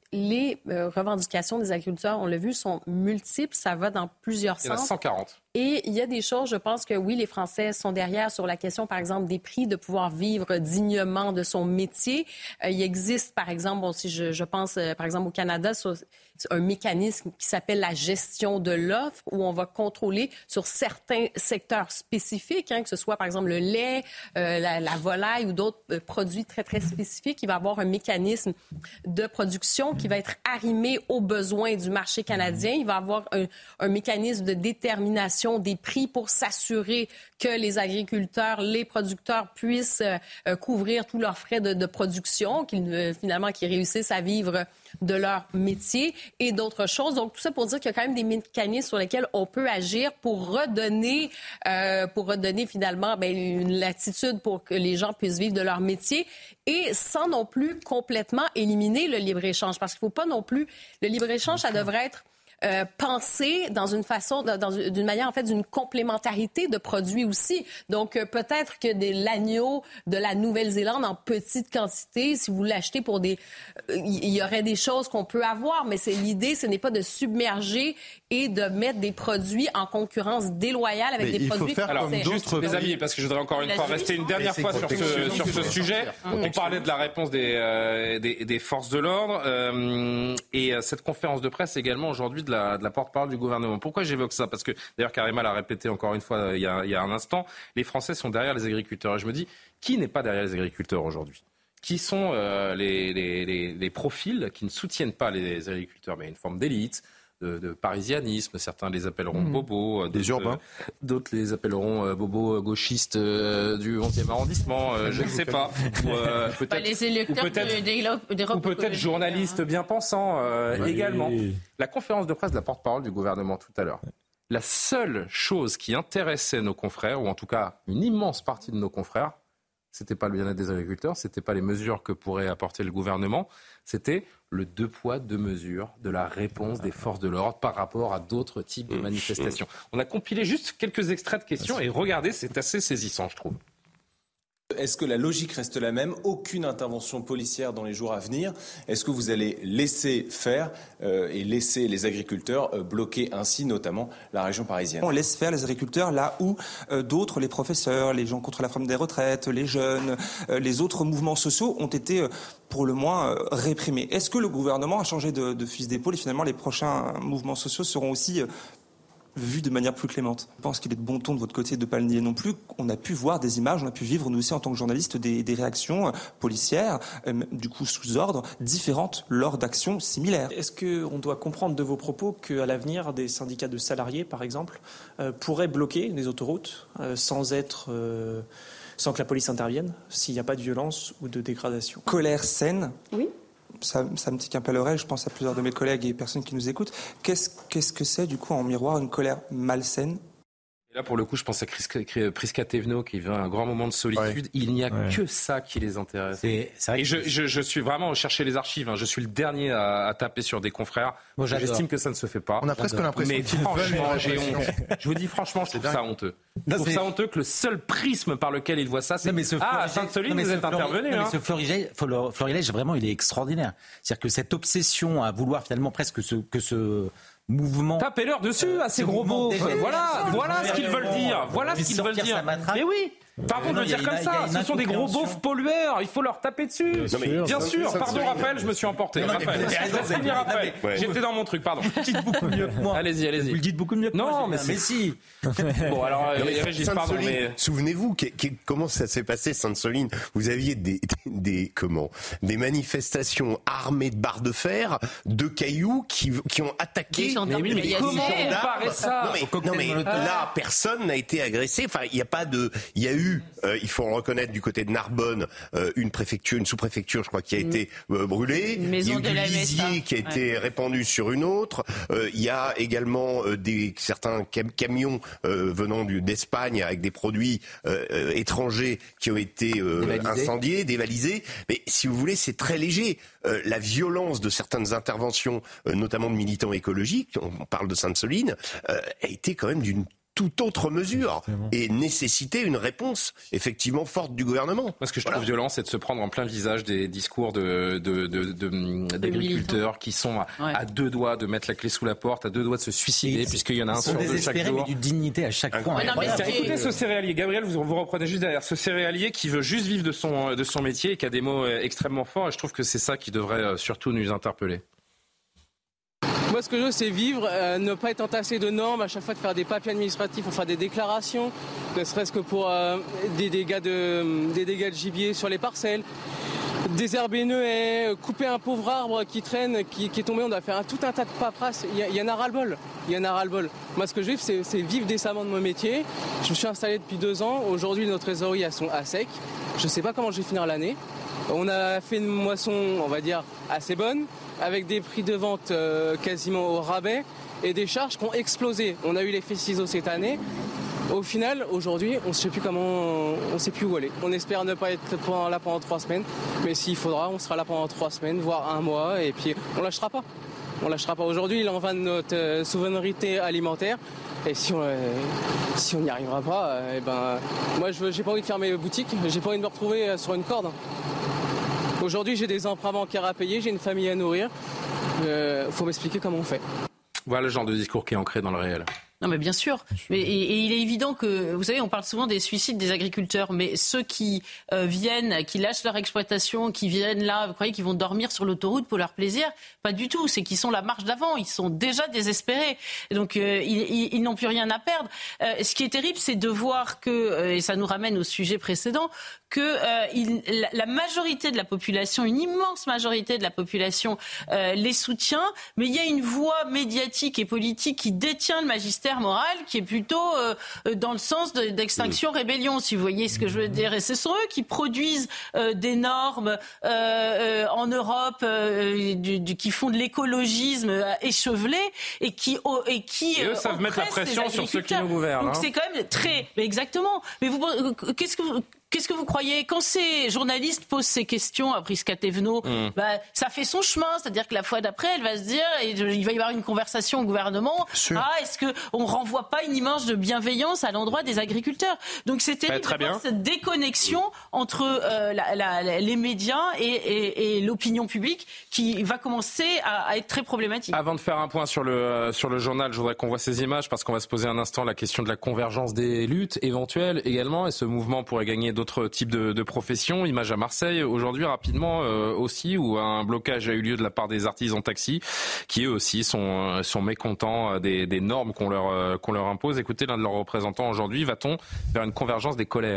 les euh, revendications des agriculteurs, on l'a vu, sont multiples. Ça va dans plusieurs sens. Il y en a cent quarante. Et il y a des choses, je pense que oui, les Français sont derrière sur la question, par exemple, des prix, de pouvoir vivre dignement de son métier. Euh, il existe, par exemple, bon, si je, je pense, euh, par exemple, au Canada, sur, sur un mécanisme qui s'appelle la gestion de l'offre, où on va contrôler sur certains secteurs spécifiques, hein, que ce soit, par exemple, le lait, euh, la, la volaille ou d'autres euh, produits très, très spécifiques. Il va y avoir un mécanisme de production qui va être arrimé aux besoins du marché canadien. Il va y avoir un, un mécanisme de détermination des prix pour s'assurer que les agriculteurs, les producteurs puissent euh, couvrir tous leurs frais de, de production, qu'ils euh, finalement qu'ils réussissent à vivre de leur métier et d'autres choses. Donc, tout ça pour dire qu'il y a quand même des mécanismes sur lesquels on peut agir pour redonner, euh, pour redonner finalement ben, une latitude pour que les gens puissent vivre de leur métier et sans non plus complètement éliminer le libre-échange. Parce qu'il ne faut pas non plus... Le libre-échange, ça devrait être Euh, penser dans une façon, dans, dans, d'une manière en fait d'une complémentarité de produits aussi. Donc euh, peut-être que des, l'agneau de la Nouvelle-Zélande en petite quantité, si vous l'achetez pour des, il euh, y aurait des choses qu'on peut avoir, mais c'est l'idée, ce n'est pas de submerger et de mettre des produits en concurrence déloyale avec mais des produits français. Alors juste les amis, parce que je voudrais encore une fois rester une dernière fois sur ce, sur ce sujet. On parlait de la réponse des, euh, des, des forces de l'ordre euh, et cette conférence de presse également aujourd'hui de la, de la porte-parole du gouvernement. Pourquoi j'évoque ça ? Parce que, d'ailleurs, Karima l'a répété encore une fois il y, a, il y a un instant, les Français sont derrière les agriculteurs. Et je me dis, qui n'est pas derrière les agriculteurs aujourd'hui ? Qui sont euh, les, les, les, les profils qui ne soutiennent pas les agriculteurs ? Mais il y a une forme d'élite, de, de parisianisme. Certains les appelleront mmh. bobos. Des urbains. Euh, d'autres les appelleront euh, bobos gauchistes euh, du onzième arrondissement. Euh, je ne sais pas. Ou, euh, peut-être, bah, les électeurs ou peut-être, de, de, ou peut-être journalistes bien pensants euh, oui. également. La conférence de presse de la porte-parole du gouvernement tout à l'heure. La seule chose qui intéressait nos confrères, ou en tout cas une immense partie de nos confrères, c'était pas le bien-être des agriculteurs, c'était pas les mesures que pourrait apporter le gouvernement, c'était le deux poids, deux mesures de la réponse des forces de l'ordre par rapport à d'autres types de manifestations. On a compilé juste quelques extraits de questions et regardez, c'est assez saisissant, je trouve. Est-ce que la logique reste la même ? Aucune intervention policière dans les jours à venir. Est-ce que vous allez laisser faire euh, et laisser les agriculteurs euh, bloquer ainsi notamment la région parisienne ? On laisse faire les agriculteurs là où euh, d'autres, les professeurs, les gens contre la réforme des retraites, les jeunes, euh, les autres mouvements sociaux ont été euh, pour le moins euh, réprimés. Est-ce que le gouvernement a changé de, de fusil d'épaule et finalement les prochains mouvements sociaux seront aussi... Euh, vu de manière plus clémente. Je pense qu'il est de bon ton de votre côté de ne pas le nier non plus. On a pu voir des images, on a pu vivre nous aussi en tant que journalistes des, des réactions policières, euh, du coup sous ordre, différentes lors d'actions similaires. Est-ce qu'on doit comprendre de vos propos qu'à l'avenir, des syndicats de salariés, par exemple, euh, pourraient bloquer les autoroutes euh, sans être... Euh, sans que la police intervienne, s'il n'y a pas de violence ou de dégradation ? Colère saine. Oui. Ça, ça me tique un peu à l'oreille, je pense à plusieurs de mes collègues et personnes qui nous écoutent. Qu'est-ce, qu'est-ce que c'est, du coup, en miroir, une colère malsaine ? Et là, pour le coup, je pense à Prisca Thévenot qui vit un grand moment de solitude. Ouais. Il n'y a ouais. que ça qui les intéresse. C'est, c'est vrai et je, je, je suis vraiment chercher les archives. Hein. Je suis le dernier à, à taper sur des confrères. Moi, j'estime que ça ne se fait pas. On a presque l'impression. Mais franchement, j'ai honte. Je vous dis franchement, je trouve ça honteux. Je trouve ça honteux que le seul prisme par lequel il voit ça, c'est non, mais ce ah, à Sainte-Soline, vous êtes Flori... intervenu. Non, hein. Mais ce florilège, florilège, vraiment, il est extraordinaire. C'est-à-dire que cette obsession à vouloir finalement presque ce, que ce mouvement. Tapez-leur dessus à ces gros mots. Voilà, voilà ce qu'ils veulent dire. Voilà ce qu'ils veulent dire. Mais oui. Pardon de le dire comme ça, ce sont des gros beaufs pollueurs, il faut leur taper dessus. Non, mais bien sûr, pardon Raphaël, je me suis emporté. Raphaël, laissez-moi Raphaël. J'étais dans mon truc, pardon. Vous le dites beaucoup mieux que moi. Allez-y, allez-y. Vous le dites beaucoup mieux que moi. Non, mais c'est si. Bon, alors, Régis, pardon, mais... Souvenez-vous, comment ça s'est passé, Sainte-Soline ? Vous aviez des, des, comment ? Des manifestations armées de barres de fer, de cailloux qui, qui ont attaqué. Mais oui, mais comment on paraît ça ? Non, mais là, personne n'a été agressé. Enfin, il n'y a pas de, il y a eu Euh, il faut reconnaître du côté de Narbonne euh, une préfecture, une sous-préfecture, je crois, qui a été euh, brûlée. Une maison il y a eu du lisier qui a été ouais. répandu sur une autre. Euh, il y a également euh, des certains cam- camions euh, venant du, d'Espagne avec des produits euh, euh, étrangers qui ont été euh, dévalisés. incendiés, dévalisés. Mais si vous voulez, c'est très léger. Euh, la violence de certaines interventions, euh, notamment de militants écologiques, on parle de Sainte-Soline, euh, a été quand même d'une toute autre mesure et nécessiter une réponse effectivement forte du gouvernement. Parce que je voilà. trouve violent, c'est de se prendre en plein visage des discours de, de, de, de, d'agriculteurs qui sont à, ouais. à deux doigts de mettre la clé sous la porte, à deux doigts de se suicider, puisqu'il y en a un sur deux chaque jour. Mais du dignité à chaque fois. Écoutez ce céréalier, Gabriel, vous vous reprenez juste derrière, ce céréalier qui veut juste vivre de son, de son métier et qui a des mots extrêmement forts, et je trouve que c'est ça qui devrait surtout nous interpeller. Moi, ce que je veux, c'est vivre, euh, ne pas être entassé de normes, à chaque fois de faire des papiers administratifs, enfin des déclarations, ne serait-ce que pour euh, des, dégâts de, des dégâts de gibier sur les parcelles, désherber une haie, couper un pauvre arbre qui traîne, qui, qui est tombé, on doit faire un, tout un tas de paperasses. Il y, il y en a ras-le-bol. Il y en a ras-le-bol. Moi, ce que je veux, c'est, c'est vivre décemment de mon métier. Je me suis installé depuis deux ans. Aujourd'hui, nos trésoreries elles sont à sec. Je ne sais pas comment je vais finir l'année. On a fait une moisson, on va dire, assez bonne, avec des prix de vente euh, quasiment au rabais et des charges qui ont explosé. On a eu l'effet ciseau cette année. Au final, aujourd'hui, on ne sait plus comment, on ne sait plus où aller. On espère ne pas être là pendant trois semaines, mais s'il faudra, on sera là pendant trois semaines, voire un mois, et puis on lâchera pas. On lâchera pas. Aujourd'hui, il en va de notre euh, souveraineté alimentaire. Et si on euh, si on n'y arrivera pas, euh, et ben, moi, je j'ai pas envie de fermer mes boutiques. J'ai pas envie de me retrouver sur une corde. Aujourd'hui, j'ai des emprunts bancaires à payer, j'ai une famille à nourrir. Il euh, faut m'expliquer comment on fait. Voilà le genre de discours qui est ancré dans le réel. Non, mais bien sûr. Mais, et, et il est évident que, vous savez, on parle souvent des suicides des agriculteurs, mais ceux qui euh, viennent, qui lâchent leur exploitation, qui viennent là, vous croyez qu'ils vont dormir sur l'autoroute pour leur plaisir? Pas du tout. C'est qu'ils sont la marche d'avant. Ils sont déjà désespérés. Et donc, euh, ils, ils, ils n'ont plus rien à perdre. Euh, ce qui est terrible, c'est de voir que, euh, et ça nous ramène au sujet précédent, que euh, il, la, la majorité de la population, une immense majorité de la population euh, les soutient, mais il y a une voix médiatique et politique qui détient le magistère moral, qui est plutôt euh, dans le sens de, d'extinction rébellion, si vous voyez ce que je veux dire. Et ce sont eux qui produisent euh, des normes euh, euh, en Europe, euh, du, du, qui font de l'écologisme euh, échevelé et qui oh, et qui et eux euh, savent mettre la pression sur ceux qui nous gouvernent. Donc hein. c'est quand même très, mais exactement. Mais vous, qu'est-ce que vous Qu'est-ce que vous croyez? Quand ces journalistes posent ces questions à Prisca Thévenot, mmh. bah, ça fait son chemin. C'est-à-dire que la fois d'après, elle va se dire, et il va y avoir une conversation au gouvernement. Sûr. Ah, est-ce qu'on ne renvoie pas une image de bienveillance à l'endroit des agriculteurs? Donc c'est terrible bah, de voir cette déconnexion entre euh, la, la, les médias et, et, et l'opinion publique qui va commencer à, à être très problématique. Avant de faire un point sur le, euh, sur le journal, je voudrais qu'on voit ces images parce qu'on va se poser un instant la question de la convergence des luttes éventuelles également. Et ce mouvement pourrait gagner d'autres types de, de professions. Image à Marseille aujourd'hui rapidement euh, aussi où un blocage a eu lieu de la part des artisans taxis qui eux aussi sont, sont mécontents des, des normes qu'on leur, euh, qu'on leur impose. Écoutez l'un de leurs représentants aujourd'hui. Va-t-on vers une convergence des colères ?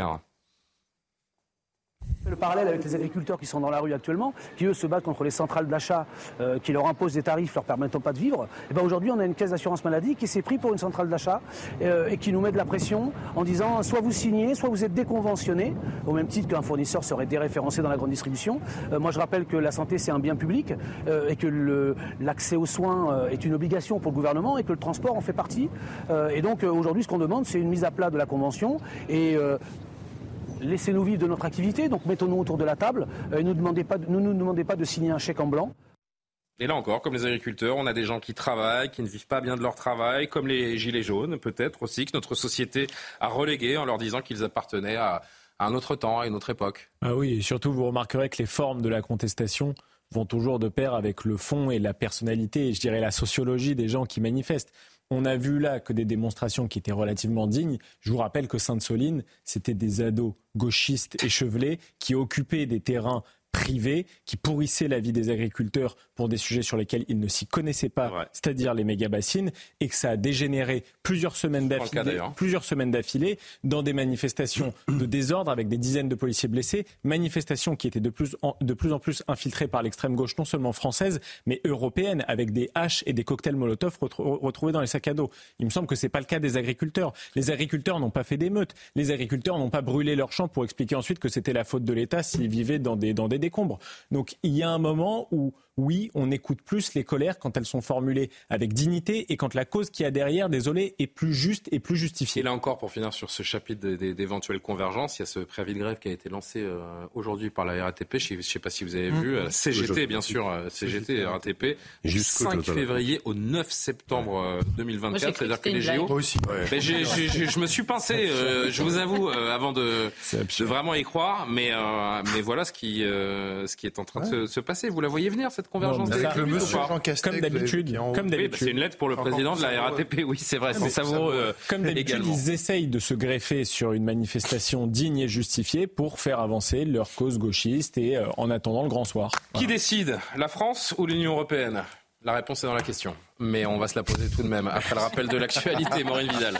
Le parallèle avec les agriculteurs qui sont dans la rue actuellement, qui eux se battent contre les centrales d'achat euh, qui leur imposent des tarifs leur permettant pas de vivre. Et ben aujourd'hui, on a une caisse d'assurance maladie qui s'est pris pour une centrale d'achat euh, et qui nous met de la pression en disant soit vous signez, soit vous êtes déconventionné, au même titre qu'un fournisseur serait déréférencé dans la grande distribution. Euh, moi, je rappelle que la santé c'est un bien public euh, et que le, l'accès aux soins euh, est une obligation pour le gouvernement et que le transport en fait partie. Euh, et donc euh, aujourd'hui, ce qu'on demande, c'est une mise à plat de la convention et euh, laissez-nous vivre de notre activité, donc mettons-nous autour de la table et ne nous demandez pas, ne nous demandez pas de signer un chèque en blanc. Et là encore, comme les agriculteurs, on a des gens qui travaillent, qui ne vivent pas bien de leur travail, comme les gilets jaunes, peut-être aussi, que notre société a relégués en leur disant qu'ils appartenaient à, à un autre temps, à une autre époque. Ah oui, et surtout vous remarquerez que les formes de la contestation vont toujours de pair avec le fond et la personnalité, et je dirais la sociologie des gens qui manifestent. On a vu là que des démonstrations qui étaient relativement dignes. Je vous rappelle que Sainte-Soline, c'était des ados gauchistes échevelés qui occupaient des terrains privés, qui pourrissaient la vie des agriculteurs pour des sujets sur lesquels ils ne s'y connaissaient pas, ouais. c'est-à-dire les méga-bassines, et que ça a dégénéré plusieurs semaines d'affilée, plusieurs semaines d'affilée dans des manifestations de désordre avec des dizaines de policiers blessés, manifestations qui étaient de plus en, de plus, en plus infiltrées par l'extrême gauche, non seulement française, mais européenne, avec des haches et des cocktails Molotov retrou- retrouvés dans les sacs à dos. Il me semble que ce n'est pas le cas des agriculteurs. Les agriculteurs n'ont pas fait d'émeutes. Les agriculteurs n'ont pas brûlé leurs champs pour expliquer ensuite que c'était la faute de l'État s'ils vivaient dans des, dans des décombres. Donc il y a un moment où oui, on écoute plus les colères quand elles sont formulées avec dignité et quand la cause qu'il y a derrière, désolé, est plus juste et plus justifiée. Et là encore, pour finir sur ce chapitre d'éventuelles convergences, il y a ce préavis de grève qui a été lancé euh, aujourd'hui par la R A T P. Je ne sais pas si vous avez mmh. vu. Euh, C G T, bien sûr. Euh, C G T et R A T P. Du cinq février au neuf septembre euh, deux mille vingt-quatre. Moi, c'est-à-dire que les J O... Moi aussi. Ouais. Ben, j'ai, j'ai, j'ai, je me suis pincé, euh, je vous avoue, euh, avant de, de vraiment y croire. Mais, euh, mais voilà ce qui, euh, ce qui est en train ouais. de se, se passer. Vous la voyez venir, cette convergence non, avec le monsieur Jean Castex, comme d'habitude. Comme d'habitude. Oui, bah, c'est une lettre pour le président de la R A T P. Oui, c'est vrai. C'est savoureux. Euh, comme d'habitude, également. Ils essayent de se greffer sur une manifestation digne et justifiée pour faire avancer leur cause gauchiste et euh, en attendant le grand soir. Qui voilà. décide, la France ou l'Union européenne ? La réponse est dans la question. Mais on va se la poser tout de même après le rappel de l'actualité. Maureen Vidal.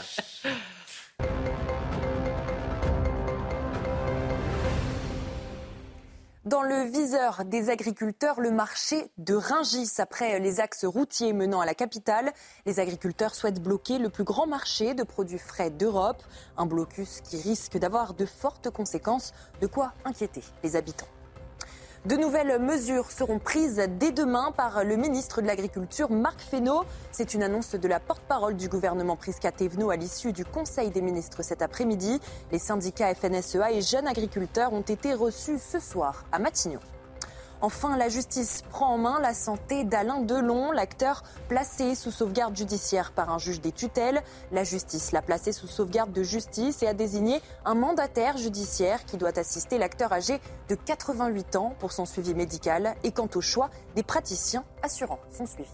Dans le viseur des agriculteurs, le marché de Rungis. Après les axes routiers menant à la capitale, les agriculteurs souhaitent bloquer le plus grand marché de produits frais d'Europe. Un blocus qui risque d'avoir de fortes conséquences, de quoi inquiéter les habitants. De nouvelles mesures seront prises dès demain par le ministre de l'Agriculture, Marc Fesneau. C'est une annonce de la porte-parole du gouvernement Prisca Thévenot à l'issue du Conseil des ministres cet après-midi. Les syndicats F N S E A et jeunes agriculteurs ont été reçus ce soir à Matignon. Enfin, la justice prend en main la santé d'Alain Delon, l'acteur placé sous sauvegarde judiciaire par un juge des tutelles. La justice l'a placé sous sauvegarde de justice et a désigné un mandataire judiciaire qui doit assister l'acteur âgé de quatre-vingt-huit ans pour son suivi médical et quant au choix des praticiens assurant son suivi.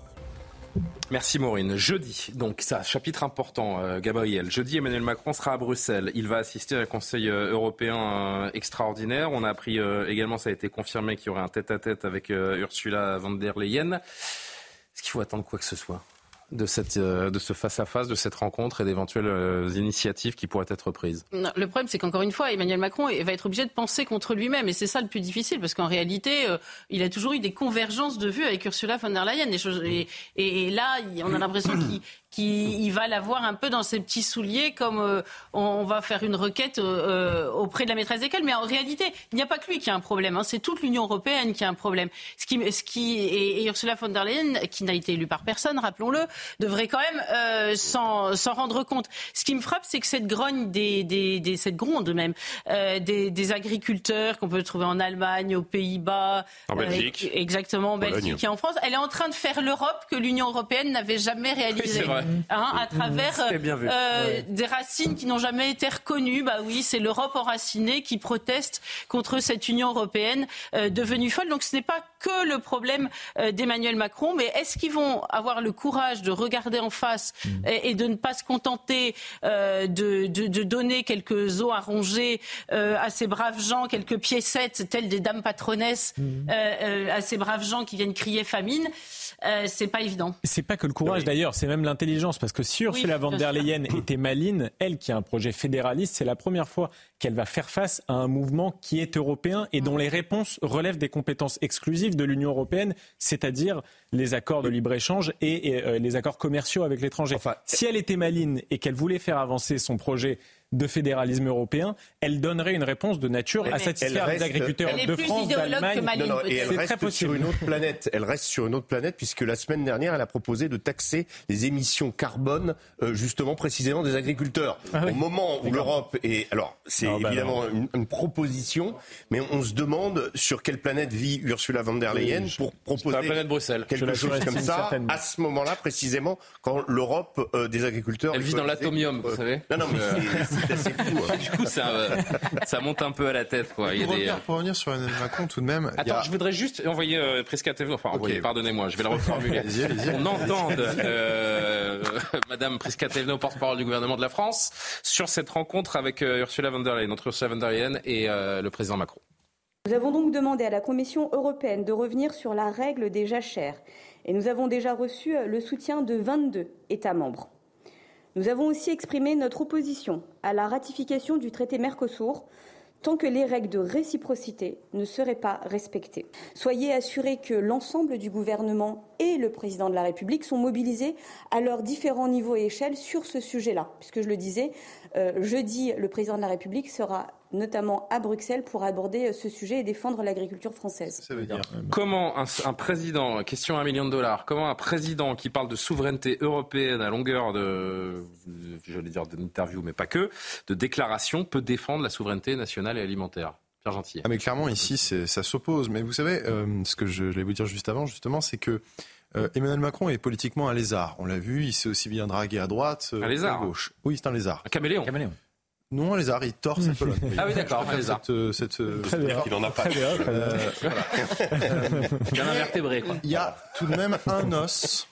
Merci Maureen. Jeudi, donc ça, chapitre important, euh, Gabriel. Jeudi, Emmanuel Macron sera à Bruxelles. Il va assister à un Conseil euh, européen euh, extraordinaire. On a appris euh, également, ça a été confirmé, qu'il y aurait un tête-à-tête avec euh, Ursula von der Leyen. Est-ce qu'il faut attendre quoi que ce soit de, cette, euh, de ce face-à-face, de cette rencontre et d'éventuelles euh, initiatives qui pourraient être prises? Non, le problème, c'est qu'encore une fois, Emmanuel Macron va être obligé de penser contre lui-même. Et c'est ça le plus difficile, parce qu'en réalité, euh, il a toujours eu des convergences de vues avec Ursula von der Leyen. Et, et, et là, on a l'impression qu'il... qu'il va l'avoir un peu dans ses petits souliers, comme euh, on va faire une requête euh, auprès de la maîtresse d'école. Mais en réalité, il n'y a pas que lui qui a un problème, hein, c'est toute l'Union européenne qui a un problème. Ce qui, ce qui, et, et Ursula von der Leyen, qui n'a été élue par personne, rappelons-le, devrait quand même euh, s'en, s'en rendre compte. Ce qui me frappe, c'est que cette grogne, des, des, des, cette gronde même, euh, des, des agriculteurs qu'on peut trouver en Allemagne, aux Pays-Bas, en Belgique, euh, exactement, en Belgique et en France, elle est en train de faire l'Europe que l'Union européenne n'avait jamais réalisée. Oui, Hein, à travers euh, euh, ouais. des racines qui n'ont jamais été reconnues. Bah oui, c'est l'Europe enracinée qui proteste contre cette Union européenne euh, devenue folle. Donc ce n'est pas que le problème euh, d'Emmanuel Macron, mais est-ce qu'ils vont avoir le courage de regarder en face mmh. et, et de ne pas se contenter euh, de, de, de donner quelques os à ronger euh, à ces braves gens, quelques piécettes telles des dames patronesses mmh. euh, euh, à ces braves gens qui viennent crier famine? Euh, c'est pas évident. C'est pas que le courage oui. d'ailleurs, c'est même l'intelligence, parce que si Ursula oui, von der Leyen était maligne, elle qui a un projet fédéraliste, c'est la première fois qu'elle va faire face à un mouvement qui est européen et dont les réponses relèvent des compétences exclusives de l'Union européenne, c'est-à-dire les accords de libre-échange et, et euh, les accords commerciaux avec l'étranger. Enfin, si elle était maligne et qu'elle voulait faire avancer son projet de fédéralisme européen, elle donnerait une réponse de nature oui, à satisfaire reste, les agriculteurs de France, d'Allemagne. Non, non, et elle reste sur une autre planète. Elle reste sur une autre planète puisque la semaine dernière, elle a proposé de taxer les émissions carbone, euh, justement, précisément des agriculteurs. Ah oui. Au moment où l'Europe est, alors c'est non, évidemment bah une, une proposition, mais on se demande sur quelle planète vit Ursula von der Leyen oui, pour proposer la planète Bruxelles. quelque chose comme ça à ce moment-là, précisément, quand l'Europe euh, des agriculteurs. Elle vit dans l'atomium, vous savez. Non, non, mais c'est assez fou. Hein. Du coup, ça, euh, ça monte un peu à la tête, quoi. Il y a pour, des... revenir, pour revenir sur Emmanuel Macron, tout de même. Attends, a... je voudrais juste envoyer euh, Prisca Thévenot. Enfin, envoyer, okay. pardonnez-moi, je vais le reformuler. allez-y, allez-y. On entende euh, Madame Prisca Thévenot, porte-parole du gouvernement de la France, sur cette rencontre avec euh, Ursula von der Leyen, entre Ursula von der Leyen et euh, le président Macron. Nous avons donc demandé à la Commission européenne de revenir sur la règle des jachères et nous avons déjà reçu le soutien de vingt-deux États membres. Nous avons aussi exprimé notre opposition à la ratification du traité Mercosur tant que les règles de réciprocité ne seraient pas respectées. Soyez assurés que l'ensemble du gouvernement et le président de la République sont mobilisés à leurs différents niveaux et échelles sur ce sujet-là. Puisque je le disais, Euh, jeudi, le président de la République sera notamment à Bruxelles pour aborder ce sujet et défendre l'agriculture française. Ça veut dire comment un, un président, question à un million de dollars, comment un président qui parle de souveraineté européenne à longueur de, j'allais dire d'interview, mais pas que, de déclaration, peut défendre la souveraineté nationale et alimentaire? Pierre Gentil. Ah mais clairement ici c'est, ça s'oppose. Mais vous savez, euh, ce que je, je vais vous dire juste avant, justement, c'est que euh, Emmanuel Macron est politiquement un lézard. On l'a vu, il s'est aussi bien dragué à droite euh, un lézard. qu'à gauche. Oui, c'est un lézard. Un caméléon. caméléon. Non, un lézard, il tord sa colonne. Ah oui, d'accord, un lézard. Cette, cette, cette, très bien. Il en a pas. Très bien, très bien. Euh, voilà. Il y a un invertébré, quoi. Il y a tout de même un os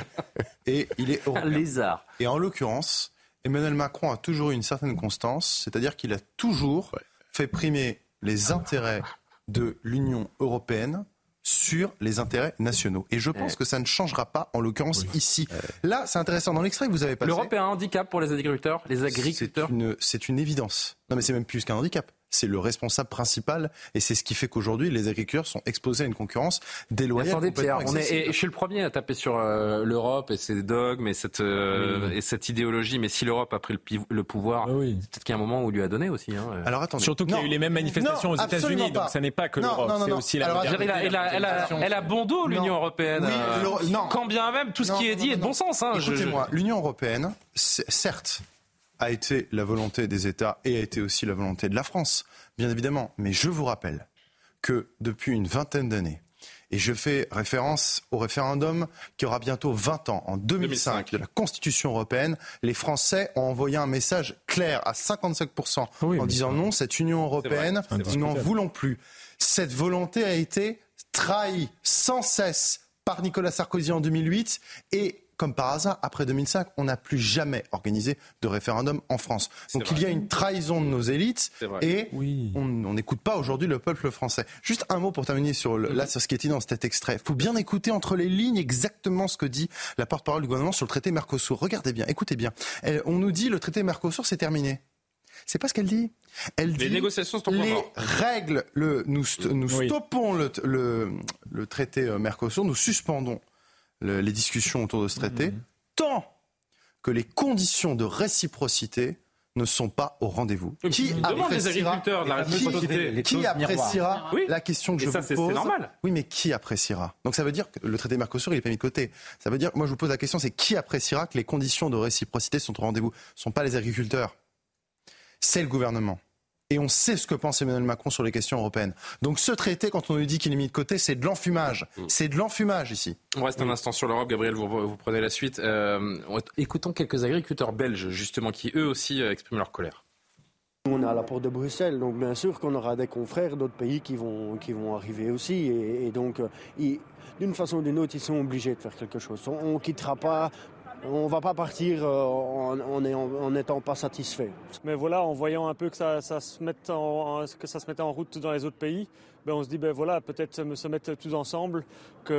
et il est européen. Un lézard. Et en l'occurrence, Emmanuel Macron a toujours eu une certaine constance, c'est-à-dire qu'il a toujours ouais. fait primer les intérêts de l'Union européenne sur les intérêts nationaux. Et je pense ouais. que ça ne changera pas, en l'occurrence, oui. ici. Euh... Là, c'est intéressant. Dans l'extrait que vous avez passé... L'Europe est un handicap pour les agriculteurs, les agriculteurs. C'est une, c'est une évidence. Non, mais c'est même plus qu'un handicap. C'est le responsable principal et c'est ce qui fait qu'aujourd'hui les agriculteurs sont exposés à une concurrence déloyale. Attendez Pierre, on est, et je suis le premier à taper sur euh, l'Europe et ses dogmes et cette, euh, oui. et cette idéologie, mais si l'Europe a pris le, le pouvoir, oui. c'est peut-être qu'il y a un moment où il lui a donné aussi. Hein. Alors attendez. Surtout qu'il non. y a eu les mêmes manifestations non, aux États-Unis, donc ça n'est pas que non, l'Europe, non, non, c'est non. aussi la Alors, modernité. Elle a, elle, a, elle, a, elle a bon dos l'Union non. européenne. Oui, euh, non. Quand bien même tout ce non, qui est dit non, non, est de bon sens. Hein, Écoutez-moi, je... l'Union européenne, certes, a été la volonté des États et a été aussi la volonté de la France. Bien évidemment, mais je vous rappelle que depuis une vingtaine d'années, et je fais référence au référendum qui aura bientôt vingt ans, en deux mille cinq, de la Constitution européenne, les Français ont envoyé un message clair à cinquante-cinq pour cent oui, en disant non, cette Union européenne, nous n'en voulons plus. Cette volonté a été trahie sans cesse par Nicolas Sarkozy en deux mille huit et comme par hasard, après deux mille cinq, on n'a plus jamais organisé de référendum en France. Donc il y a une trahison de nos élites et oui. on n'écoute pas aujourd'hui le peuple français. Juste un mot pour terminer sur, le, là, sur ce qui est dit dans cet extrait. Il faut bien écouter entre les lignes exactement ce que dit la porte-parole du gouvernement sur le traité Mercosur. Regardez bien, écoutez bien. Elle, on nous dit le traité Mercosur, c'est terminé. C'est pas ce qu'elle dit. Elle dit les négociations sont les règles, le, nous, st- nous oui. stoppons le, le, le traité Mercosur, nous suspendons Le, les discussions autour de ce traité, mmh. tant que les conditions de réciprocité ne sont pas au rendez-vous. Oui, qui demande les agriculteurs de la réciprocité. Qui, qui appréciera oui. la question que et je ça, vous c'est, pose c'est normal. Oui, mais qui appréciera? Donc ça veut dire que le traité Mercosur, il n'est pas mis de côté. Ça veut dire, moi je vous pose la question, c'est qui appréciera que les conditions de réciprocité sont au rendez-vous? Ce ne sont pas les agriculteurs, c'est le gouvernement. Et on sait ce que pense Emmanuel Macron sur les questions européennes. Donc ce traité, quand on nous dit qu'il est mis de côté, c'est de l'enfumage. Mmh. C'est de l'enfumage ici. On reste un instant sur l'Europe. Gabriel, vous, vous prenez la suite. Euh, écoutons quelques agriculteurs belges, justement, qui eux aussi euh, expriment leur colère. On est à la porte de Bruxelles, donc bien sûr qu'on aura des confrères d'autres pays qui vont, qui vont arriver aussi. Et, et donc, ils, d'une façon ou d'une autre, ils sont obligés de faire quelque chose. On ne quittera pas... On ne va pas partir en, en, en étant pas satisfait. Mais voilà, en voyant un peu que ça, ça, se, mette en, que ça se mettait en route dans les autres pays, ben on se dit ben voilà, peut-être se mettre tous ensemble, qu'on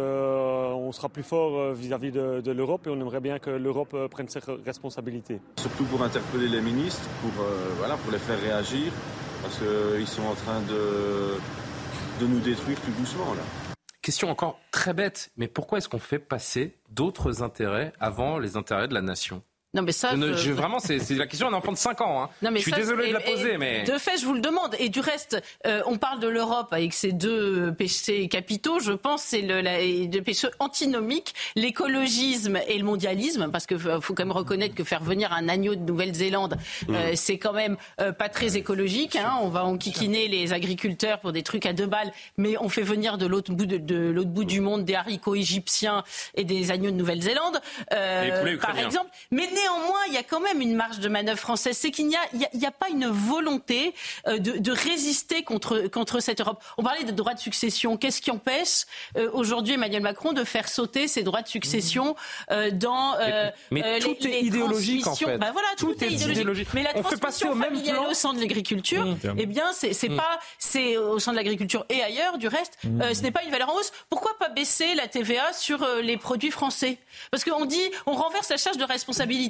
euh, sera plus fort vis-à-vis de, de l'Europe et on aimerait bien que l'Europe prenne ses responsabilités. Surtout pour interpeller les ministres, pour, euh, voilà, pour les faire réagir, parce qu'ils sont en train de, de nous détruire tout doucement là. Question encore très bête, mais pourquoi est-ce qu'on fait passer d'autres intérêts avant les intérêts de la nation ? Non mais ça, je, je... Je, vraiment, c'est, c'est la question d'un enfant de cinq ans. Hein. Non, mais je suis ça, désolé de la et, poser, et mais... De fait, je vous le demande. Et du reste, euh, on parle de l'Europe avec ses deux péchés capitaux. Je pense c'est le la, deux péchés antinomiques, l'écologisme et le mondialisme, parce qu'il euh, faut quand même reconnaître que faire venir un agneau de Nouvelle-Zélande, euh, mmh. c'est quand même euh, pas très écologique. Hein. On va enquiquiner les agriculteurs pour des trucs à deux balles, mais on fait venir de l'autre bout, de, de l'autre bout du monde des haricots égyptiens et des agneaux de Nouvelle-Zélande, euh, par exemple. Mais néanmoins, il y a quand même une marge de manœuvre française, c'est qu'il n'y a, il y a, il y a pas une volonté euh, de, de résister contre, contre cette Europe. On parlait de droits de succession. Qu'est-ce qui empêche euh, aujourd'hui Emmanuel Macron de faire sauter ces droits de succession euh, dans euh, mais, mais euh, tout les, est les idéologique en fait. Ben voilà, tout, tout est idéologique. idéologique. Mais la on transmission fait familiale au, au sein de l'agriculture, mmh. eh bien, c'est, c'est mmh. pas, c'est au sein de l'agriculture et ailleurs, du reste, mmh. euh, ce n'est pas une valeur en hausse. Pourquoi pas baisser la T V A sur euh, les produits français ? Parce qu'on dit, on renverse la charge de responsabilité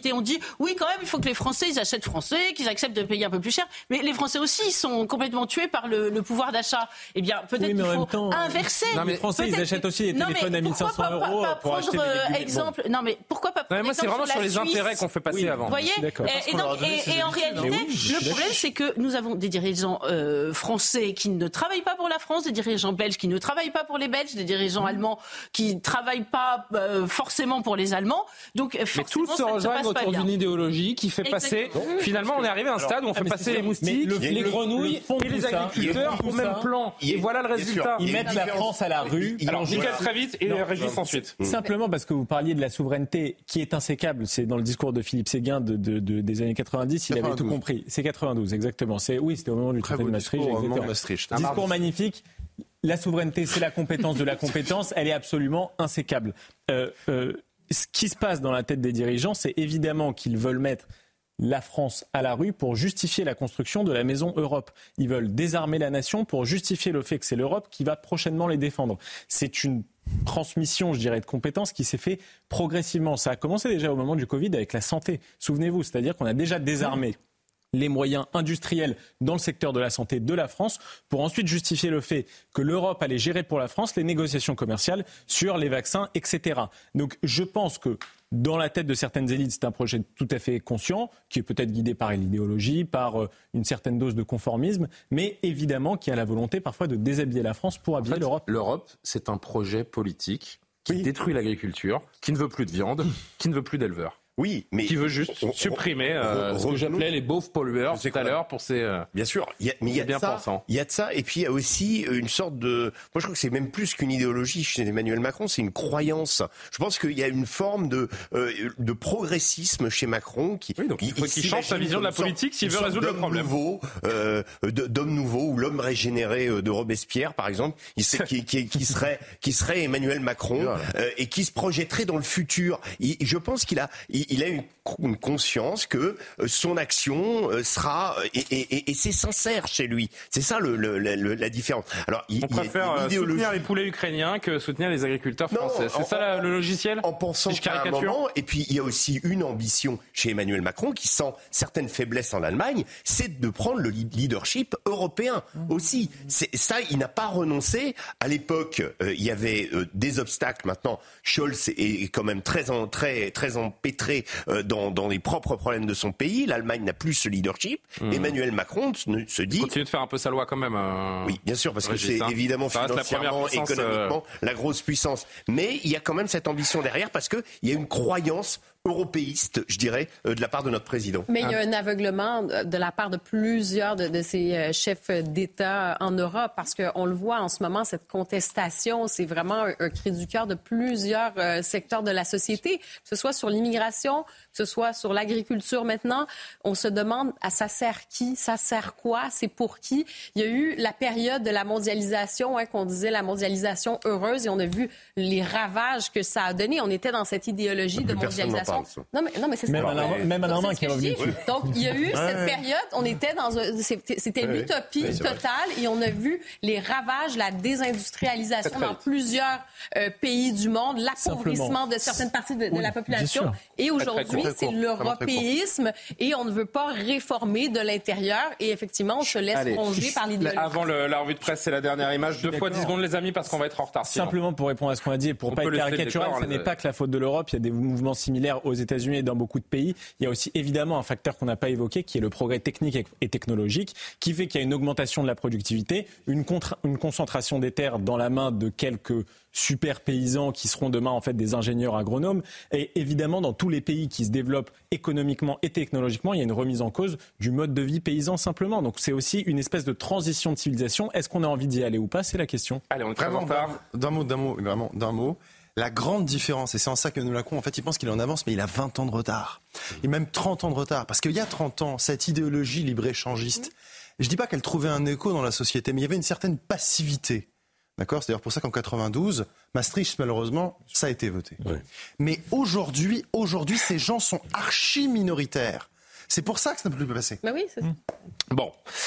réalité. On dit, oui, quand même, il faut que les Français, ils achètent français, qu'ils acceptent de payer un peu plus cher. Mais les Français aussi, ils sont complètement tués par le, le pouvoir d'achat. Eh bien, peut-être oui, qu'il faut temps, inverser. Non, mais les Français, ils achètent aussi des téléphones à mille cinq cents euros pas, pas pour acheter euh, des exemple. Non, mais pourquoi pas prendre non, mais moi, c'est vraiment sur, sur les Suisse. Intérêts qu'on fait passer oui, avant. Vous voyez et, et, donc, et, et en réalité, oui, le problème, c'est que nous avons des dirigeants euh, français qui ne travaillent pas pour la France, des dirigeants belges qui ne travaillent pas pour les Belges, des dirigeants allemands qui ne travaillent pas euh, forcément pour les Allemands. Donc, mais tout se rejoint autour d'une idéologie qui fait passer. Exactement. Finalement, on est arrivé à un stade où on fait passer les moustiques, le, les grenouilles et les agriculteurs au même plan. Et voilà le résultat. Ils mettent la France à la rue. Alors, Nickel très vite et Régis ensuite. Simplement parce que vous parliez de la souveraineté qui est insécable. C'est dans le discours de Philippe Séguin de, de, de, des années quatre-vingt-dix. Il avait tout compris. C'est quatre-vingt-douze, exactement. C'est, oui, c'était au moment du traité de Maastricht. Discours, Maastricht. Discours magnifique. La souveraineté, c'est la compétence de la compétence. Elle est absolument insécable. Euh, euh, ce qui se passe dans la tête des dirigeants, c'est évidemment qu'ils veulent mettre la France à la rue pour justifier la construction de la maison Europe. Ils veulent désarmer la nation pour justifier le fait que c'est l'Europe qui va prochainement les défendre. C'est une transmission, je dirais, de compétences qui s'est fait progressivement. Ça a commencé déjà au moment du Covid avec la santé. Souvenez-vous, c'est-à-dire qu'on a déjà désarmé les moyens industriels dans le secteur de la santé de la France pour ensuite justifier le fait que l'Europe allait gérer pour la France les négociations commerciales sur les vaccins, et cetera. Donc je pense que dans la tête de certaines élites, c'est un projet tout à fait conscient, qui est peut-être guidé par l'idéologie, par une certaine dose de conformisme, mais évidemment qui a la volonté parfois de déshabiller la France pour habiller en fait, l'Europe. L'Europe, c'est un projet politique qui oui. détruit l'agriculture, qui ne veut plus de viande, qui ne veut plus d'éleveurs. Oui, mais qui veut juste on, supprimer euh, on, on, ce que j'appelais les beaufs pollueurs tout à l'heure pour ces. Euh, bien sûr, il y a, mais il y a bien ça. Pensant. Il y a de ça, et puis il y a aussi une sorte de. Moi, je crois que c'est même plus qu'une idéologie chez Emmanuel Macron, c'est une croyance. Je pense qu'il y a une forme de euh, de progressisme chez Macron qui. Oui, donc il faut qu'il change sa vision de la politique s'il veut résoudre le problème. Nouveau, euh, d'homme nouveau ou l'homme régénéré de Robespierre, par exemple, il sait, qui, qui, qui serait qui serait Emmanuel Macron euh, et qui se projetterait dans le futur. Il, je pense qu'il a il, il a une une conscience que son action sera et, et, et c'est sincère chez lui. C'est ça le, le, le, la différence. Alors, il, on préfère il soutenir les poulets ukrainiens que soutenir les agriculteurs français. Non, c'est en, ça la, le logiciel. En pensant si je qu'à un moment, et puis il y a aussi une ambition chez Emmanuel Macron qui sent certaines faiblesses en Allemagne, c'est de prendre le leadership européen aussi. C'est, ça, il n'a pas renoncé. À l'époque, euh, il y avait euh, des obstacles. Maintenant, Scholz est, est quand même très en, très très empêtré euh, Dans, dans les propres problèmes de son pays. L'Allemagne n'a plus ce leadership. Mmh. Emmanuel Macron se dit... Il continue de faire un peu sa loi quand même. Euh... Oui, bien sûr, parce que c'est évidemment ça financièrement, la économiquement, euh... la grosse puissance. Mais il y a quand même cette ambition derrière parce qu'il y a une croyance européiste, je dirais, euh, de la part de notre président. Mais il y a un aveuglement de la part de plusieurs de, de ces chefs d'État en Europe, parce qu'on le voit en ce moment, cette contestation, c'est vraiment un, un cri du cœur de plusieurs euh, secteurs de la société, que ce soit sur l'immigration, que ce soit sur l'agriculture maintenant. On se demande, à ça sert qui? Ça sert quoi? C'est pour qui? Il y a eu la période de la mondialisation, hein, qu'on disait la mondialisation heureuse, et on a vu les ravages que ça a donné. On était dans cette idéologie de mondialisation. Non mais, non, mais c'est même ça. Un, même un Allemand qui est revenu dessus. Donc, il y a eu ouais. cette période, on était dans un, c'était, c'était ouais, l'utopie ouais, totale et on a vu les ravages, la désindustrialisation dans plusieurs euh, pays du monde, l'appauvrissement de certaines parties de, de oui, la population. Et aujourd'hui, c'est l'européisme et on ne veut pas réformer de l'intérieur et effectivement, on se laisse Allez, ronger par l'idéologie. Avant le, la revue de presse, c'est la dernière image. Deux fois dix secondes, les amis, parce qu'on va être en retard. Simplement pour répondre à ce qu'on a dit et pour ne pas être caricatural, ce n'est pas que la faute de l'Europe. Il y a des mouvements similaires aux États-Unis et dans beaucoup de pays. Il y a aussi évidemment un facteur qu'on n'a pas évoqué, qui est le progrès technique et technologique, qui fait qu'il y a une augmentation de la productivité, une, contra- une concentration des terres dans la main de quelques super paysans qui seront demain en fait des ingénieurs agronomes. Et évidemment, dans tous les pays qui se développent économiquement et technologiquement, il y a une remise en cause du mode de vie paysan simplement. Donc c'est aussi une espèce de transition de civilisation. Est-ce qu'on a envie d'y aller ou pas? C'est la question. Allez, on est très en retard. D'un mot, d'un mot, vraiment, d'un mot. La grande différence, et c'est en ça que Emmanuel Macron, en fait, il pense qu'il est en avance, mais il a vingt ans de retard. Et même trente ans de retard. Parce qu'il y a trente ans, cette idéologie libre-échangiste, je ne dis pas qu'elle trouvait un écho dans la société, mais il y avait une certaine passivité. D'accord ? C'est d'ailleurs pour ça qu'en quatre-vingt-douze, Maastricht, malheureusement, ça a été voté. Oui. Mais aujourd'hui, aujourd'hui, ces gens sont archi minoritaires. C'est pour ça que ça ne peut plus passer. Bah oui, c'est ça. Bon.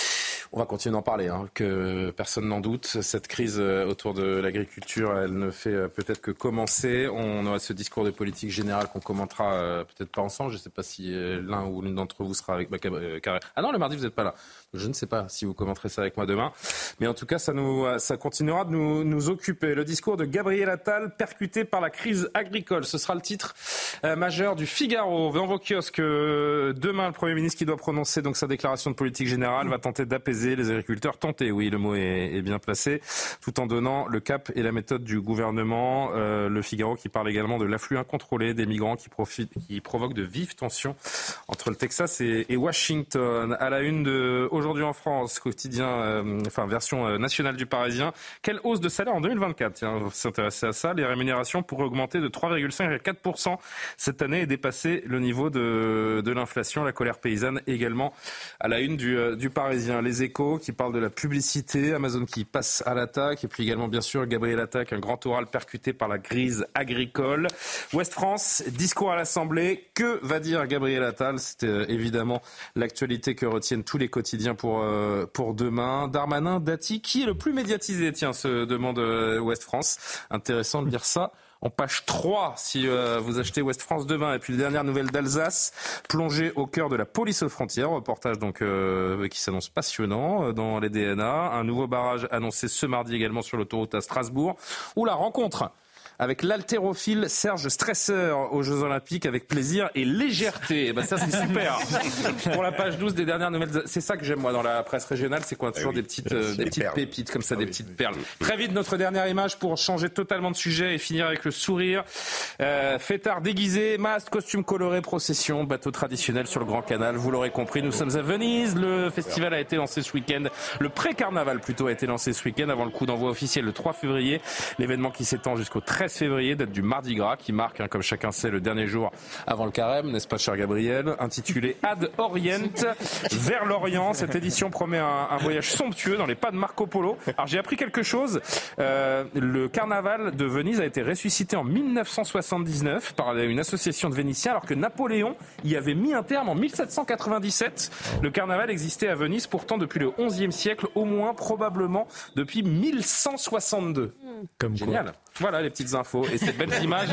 On va continuer d'en parler, hein, que personne n'en doute. Cette crise autour de l'agriculture, elle ne fait peut-être que commencer. On aura ce discours de politique générale qu'on commentera euh, peut-être pas ensemble. Je ne sais pas si l'un ou l'une d'entre vous sera avec moi. Ah non, le mardi, vous n'êtes pas là. Je ne sais pas si vous commenterez ça avec moi demain. Mais en tout cas, ça, nous, ça continuera de nous, nous occuper. Le discours de Gabriel Attal, percuté par la crise agricole. Ce sera le titre euh, majeur du Figaro. Dans vos kiosques, euh, demain, le Premier ministre qui doit prononcer donc sa déclaration de politique générale va tenter d'apaiser les agriculteurs. Tenter, oui, le mot est, est bien placé, tout en donnant le cap et la méthode du gouvernement. Euh, le Figaro qui parle également de l'afflux incontrôlé des migrants qui, profitent, qui provoquent de vives tensions entre le Texas et, et Washington. À la une de Aujourd'hui en France, quotidien, euh, enfin version euh, nationale du Parisien. Quelle hausse de salaire en deux mille vingt-quatre? Tiens, on va s'intéresser à ça. Les rémunérations pourraient augmenter de trois virgule cinq à quatre pour cent cette année et dépasser le niveau de, de l'inflation. La colère paysanne également à la une du, euh, du Parisien. Les Échos qui parlent de la publicité, Amazon qui passe à l'attaque et puis également bien sûr Gabriel Attal, un grand oral percuté par la crise agricole. Ouest France, discours à l'Assemblée. Que va dire Gabriel Attal? C'est euh, évidemment l'actualité que retiennent tous les quotidiens pour, euh, pour demain. Darmanin, Dati, qui est le plus médiatisé? Tiens, se demande euh, Ouest France. Intéressant de lire ça en page trois, si euh, vous achetez Ouest France demain. Et puis les dernières nouvelles d'Alsace, plongée au cœur de la police aux frontières. Reportage donc euh, qui s'annonce passionnant euh, dans les D N A. Un nouveau barrage annoncé ce mardi également sur l'autoroute à Strasbourg. Ou la rencontre avec l'haltérophile Serge Stresseur aux Jeux Olympiques avec plaisir et légèreté. Et ben ça, c'est super. Pour la page douze des dernières nouvelles, c'est ça que j'aime moi dans la presse régionale, c'est qu'on a toujours ah oui, des petites, euh, des petites pépites comme ça, ah des oui, petites oui, perles. Oui. Très vite, notre dernière image pour changer totalement de sujet et finir avec le sourire. Euh, fêtard déguisé, masque, costume coloré, procession, bateau traditionnel sur le Grand Canal. Vous l'aurez compris, nous sommes à Venise. Le festival a été lancé ce week-end. Le pré-carnaval plutôt a été lancé ce week-end avant le coup d'envoi officiel le trois février. L'événement qui s'étend jusqu'au treize février, date du Mardi Gras, qui marque, hein, comme chacun sait, le dernier jour avant le carême, n'est-ce pas, cher Gabriel? Intitulé Ad Orient, vers l'Orient. Cette édition promet un, un voyage somptueux dans les pas de Marco Polo. Alors j'ai appris quelque chose. Euh, le carnaval de Venise a été ressuscité en mille neuf cent soixante-dix-neuf par une association de Vénitiens, alors que Napoléon y avait mis un terme en mille sept cent quatre-vingt-dix-sept. Le carnaval existait à Venise pourtant depuis le onzième siècle, au moins probablement depuis mille cent soixante-deux. Comme génial. Quoi. Voilà les petites infos et ces belles images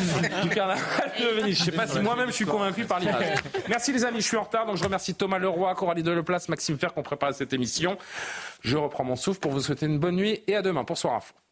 du carnaval de Venise. Je ne sais pas si moi-même je suis convaincu par l'image. Merci les amis, je suis en retard, donc je remercie Thomas Leroy, Coralie Deleplace, Maxime Fer qui ont préparé cette émission. Je reprends mon souffle pour vous souhaiter une bonne nuit et à demain pour Soir Info.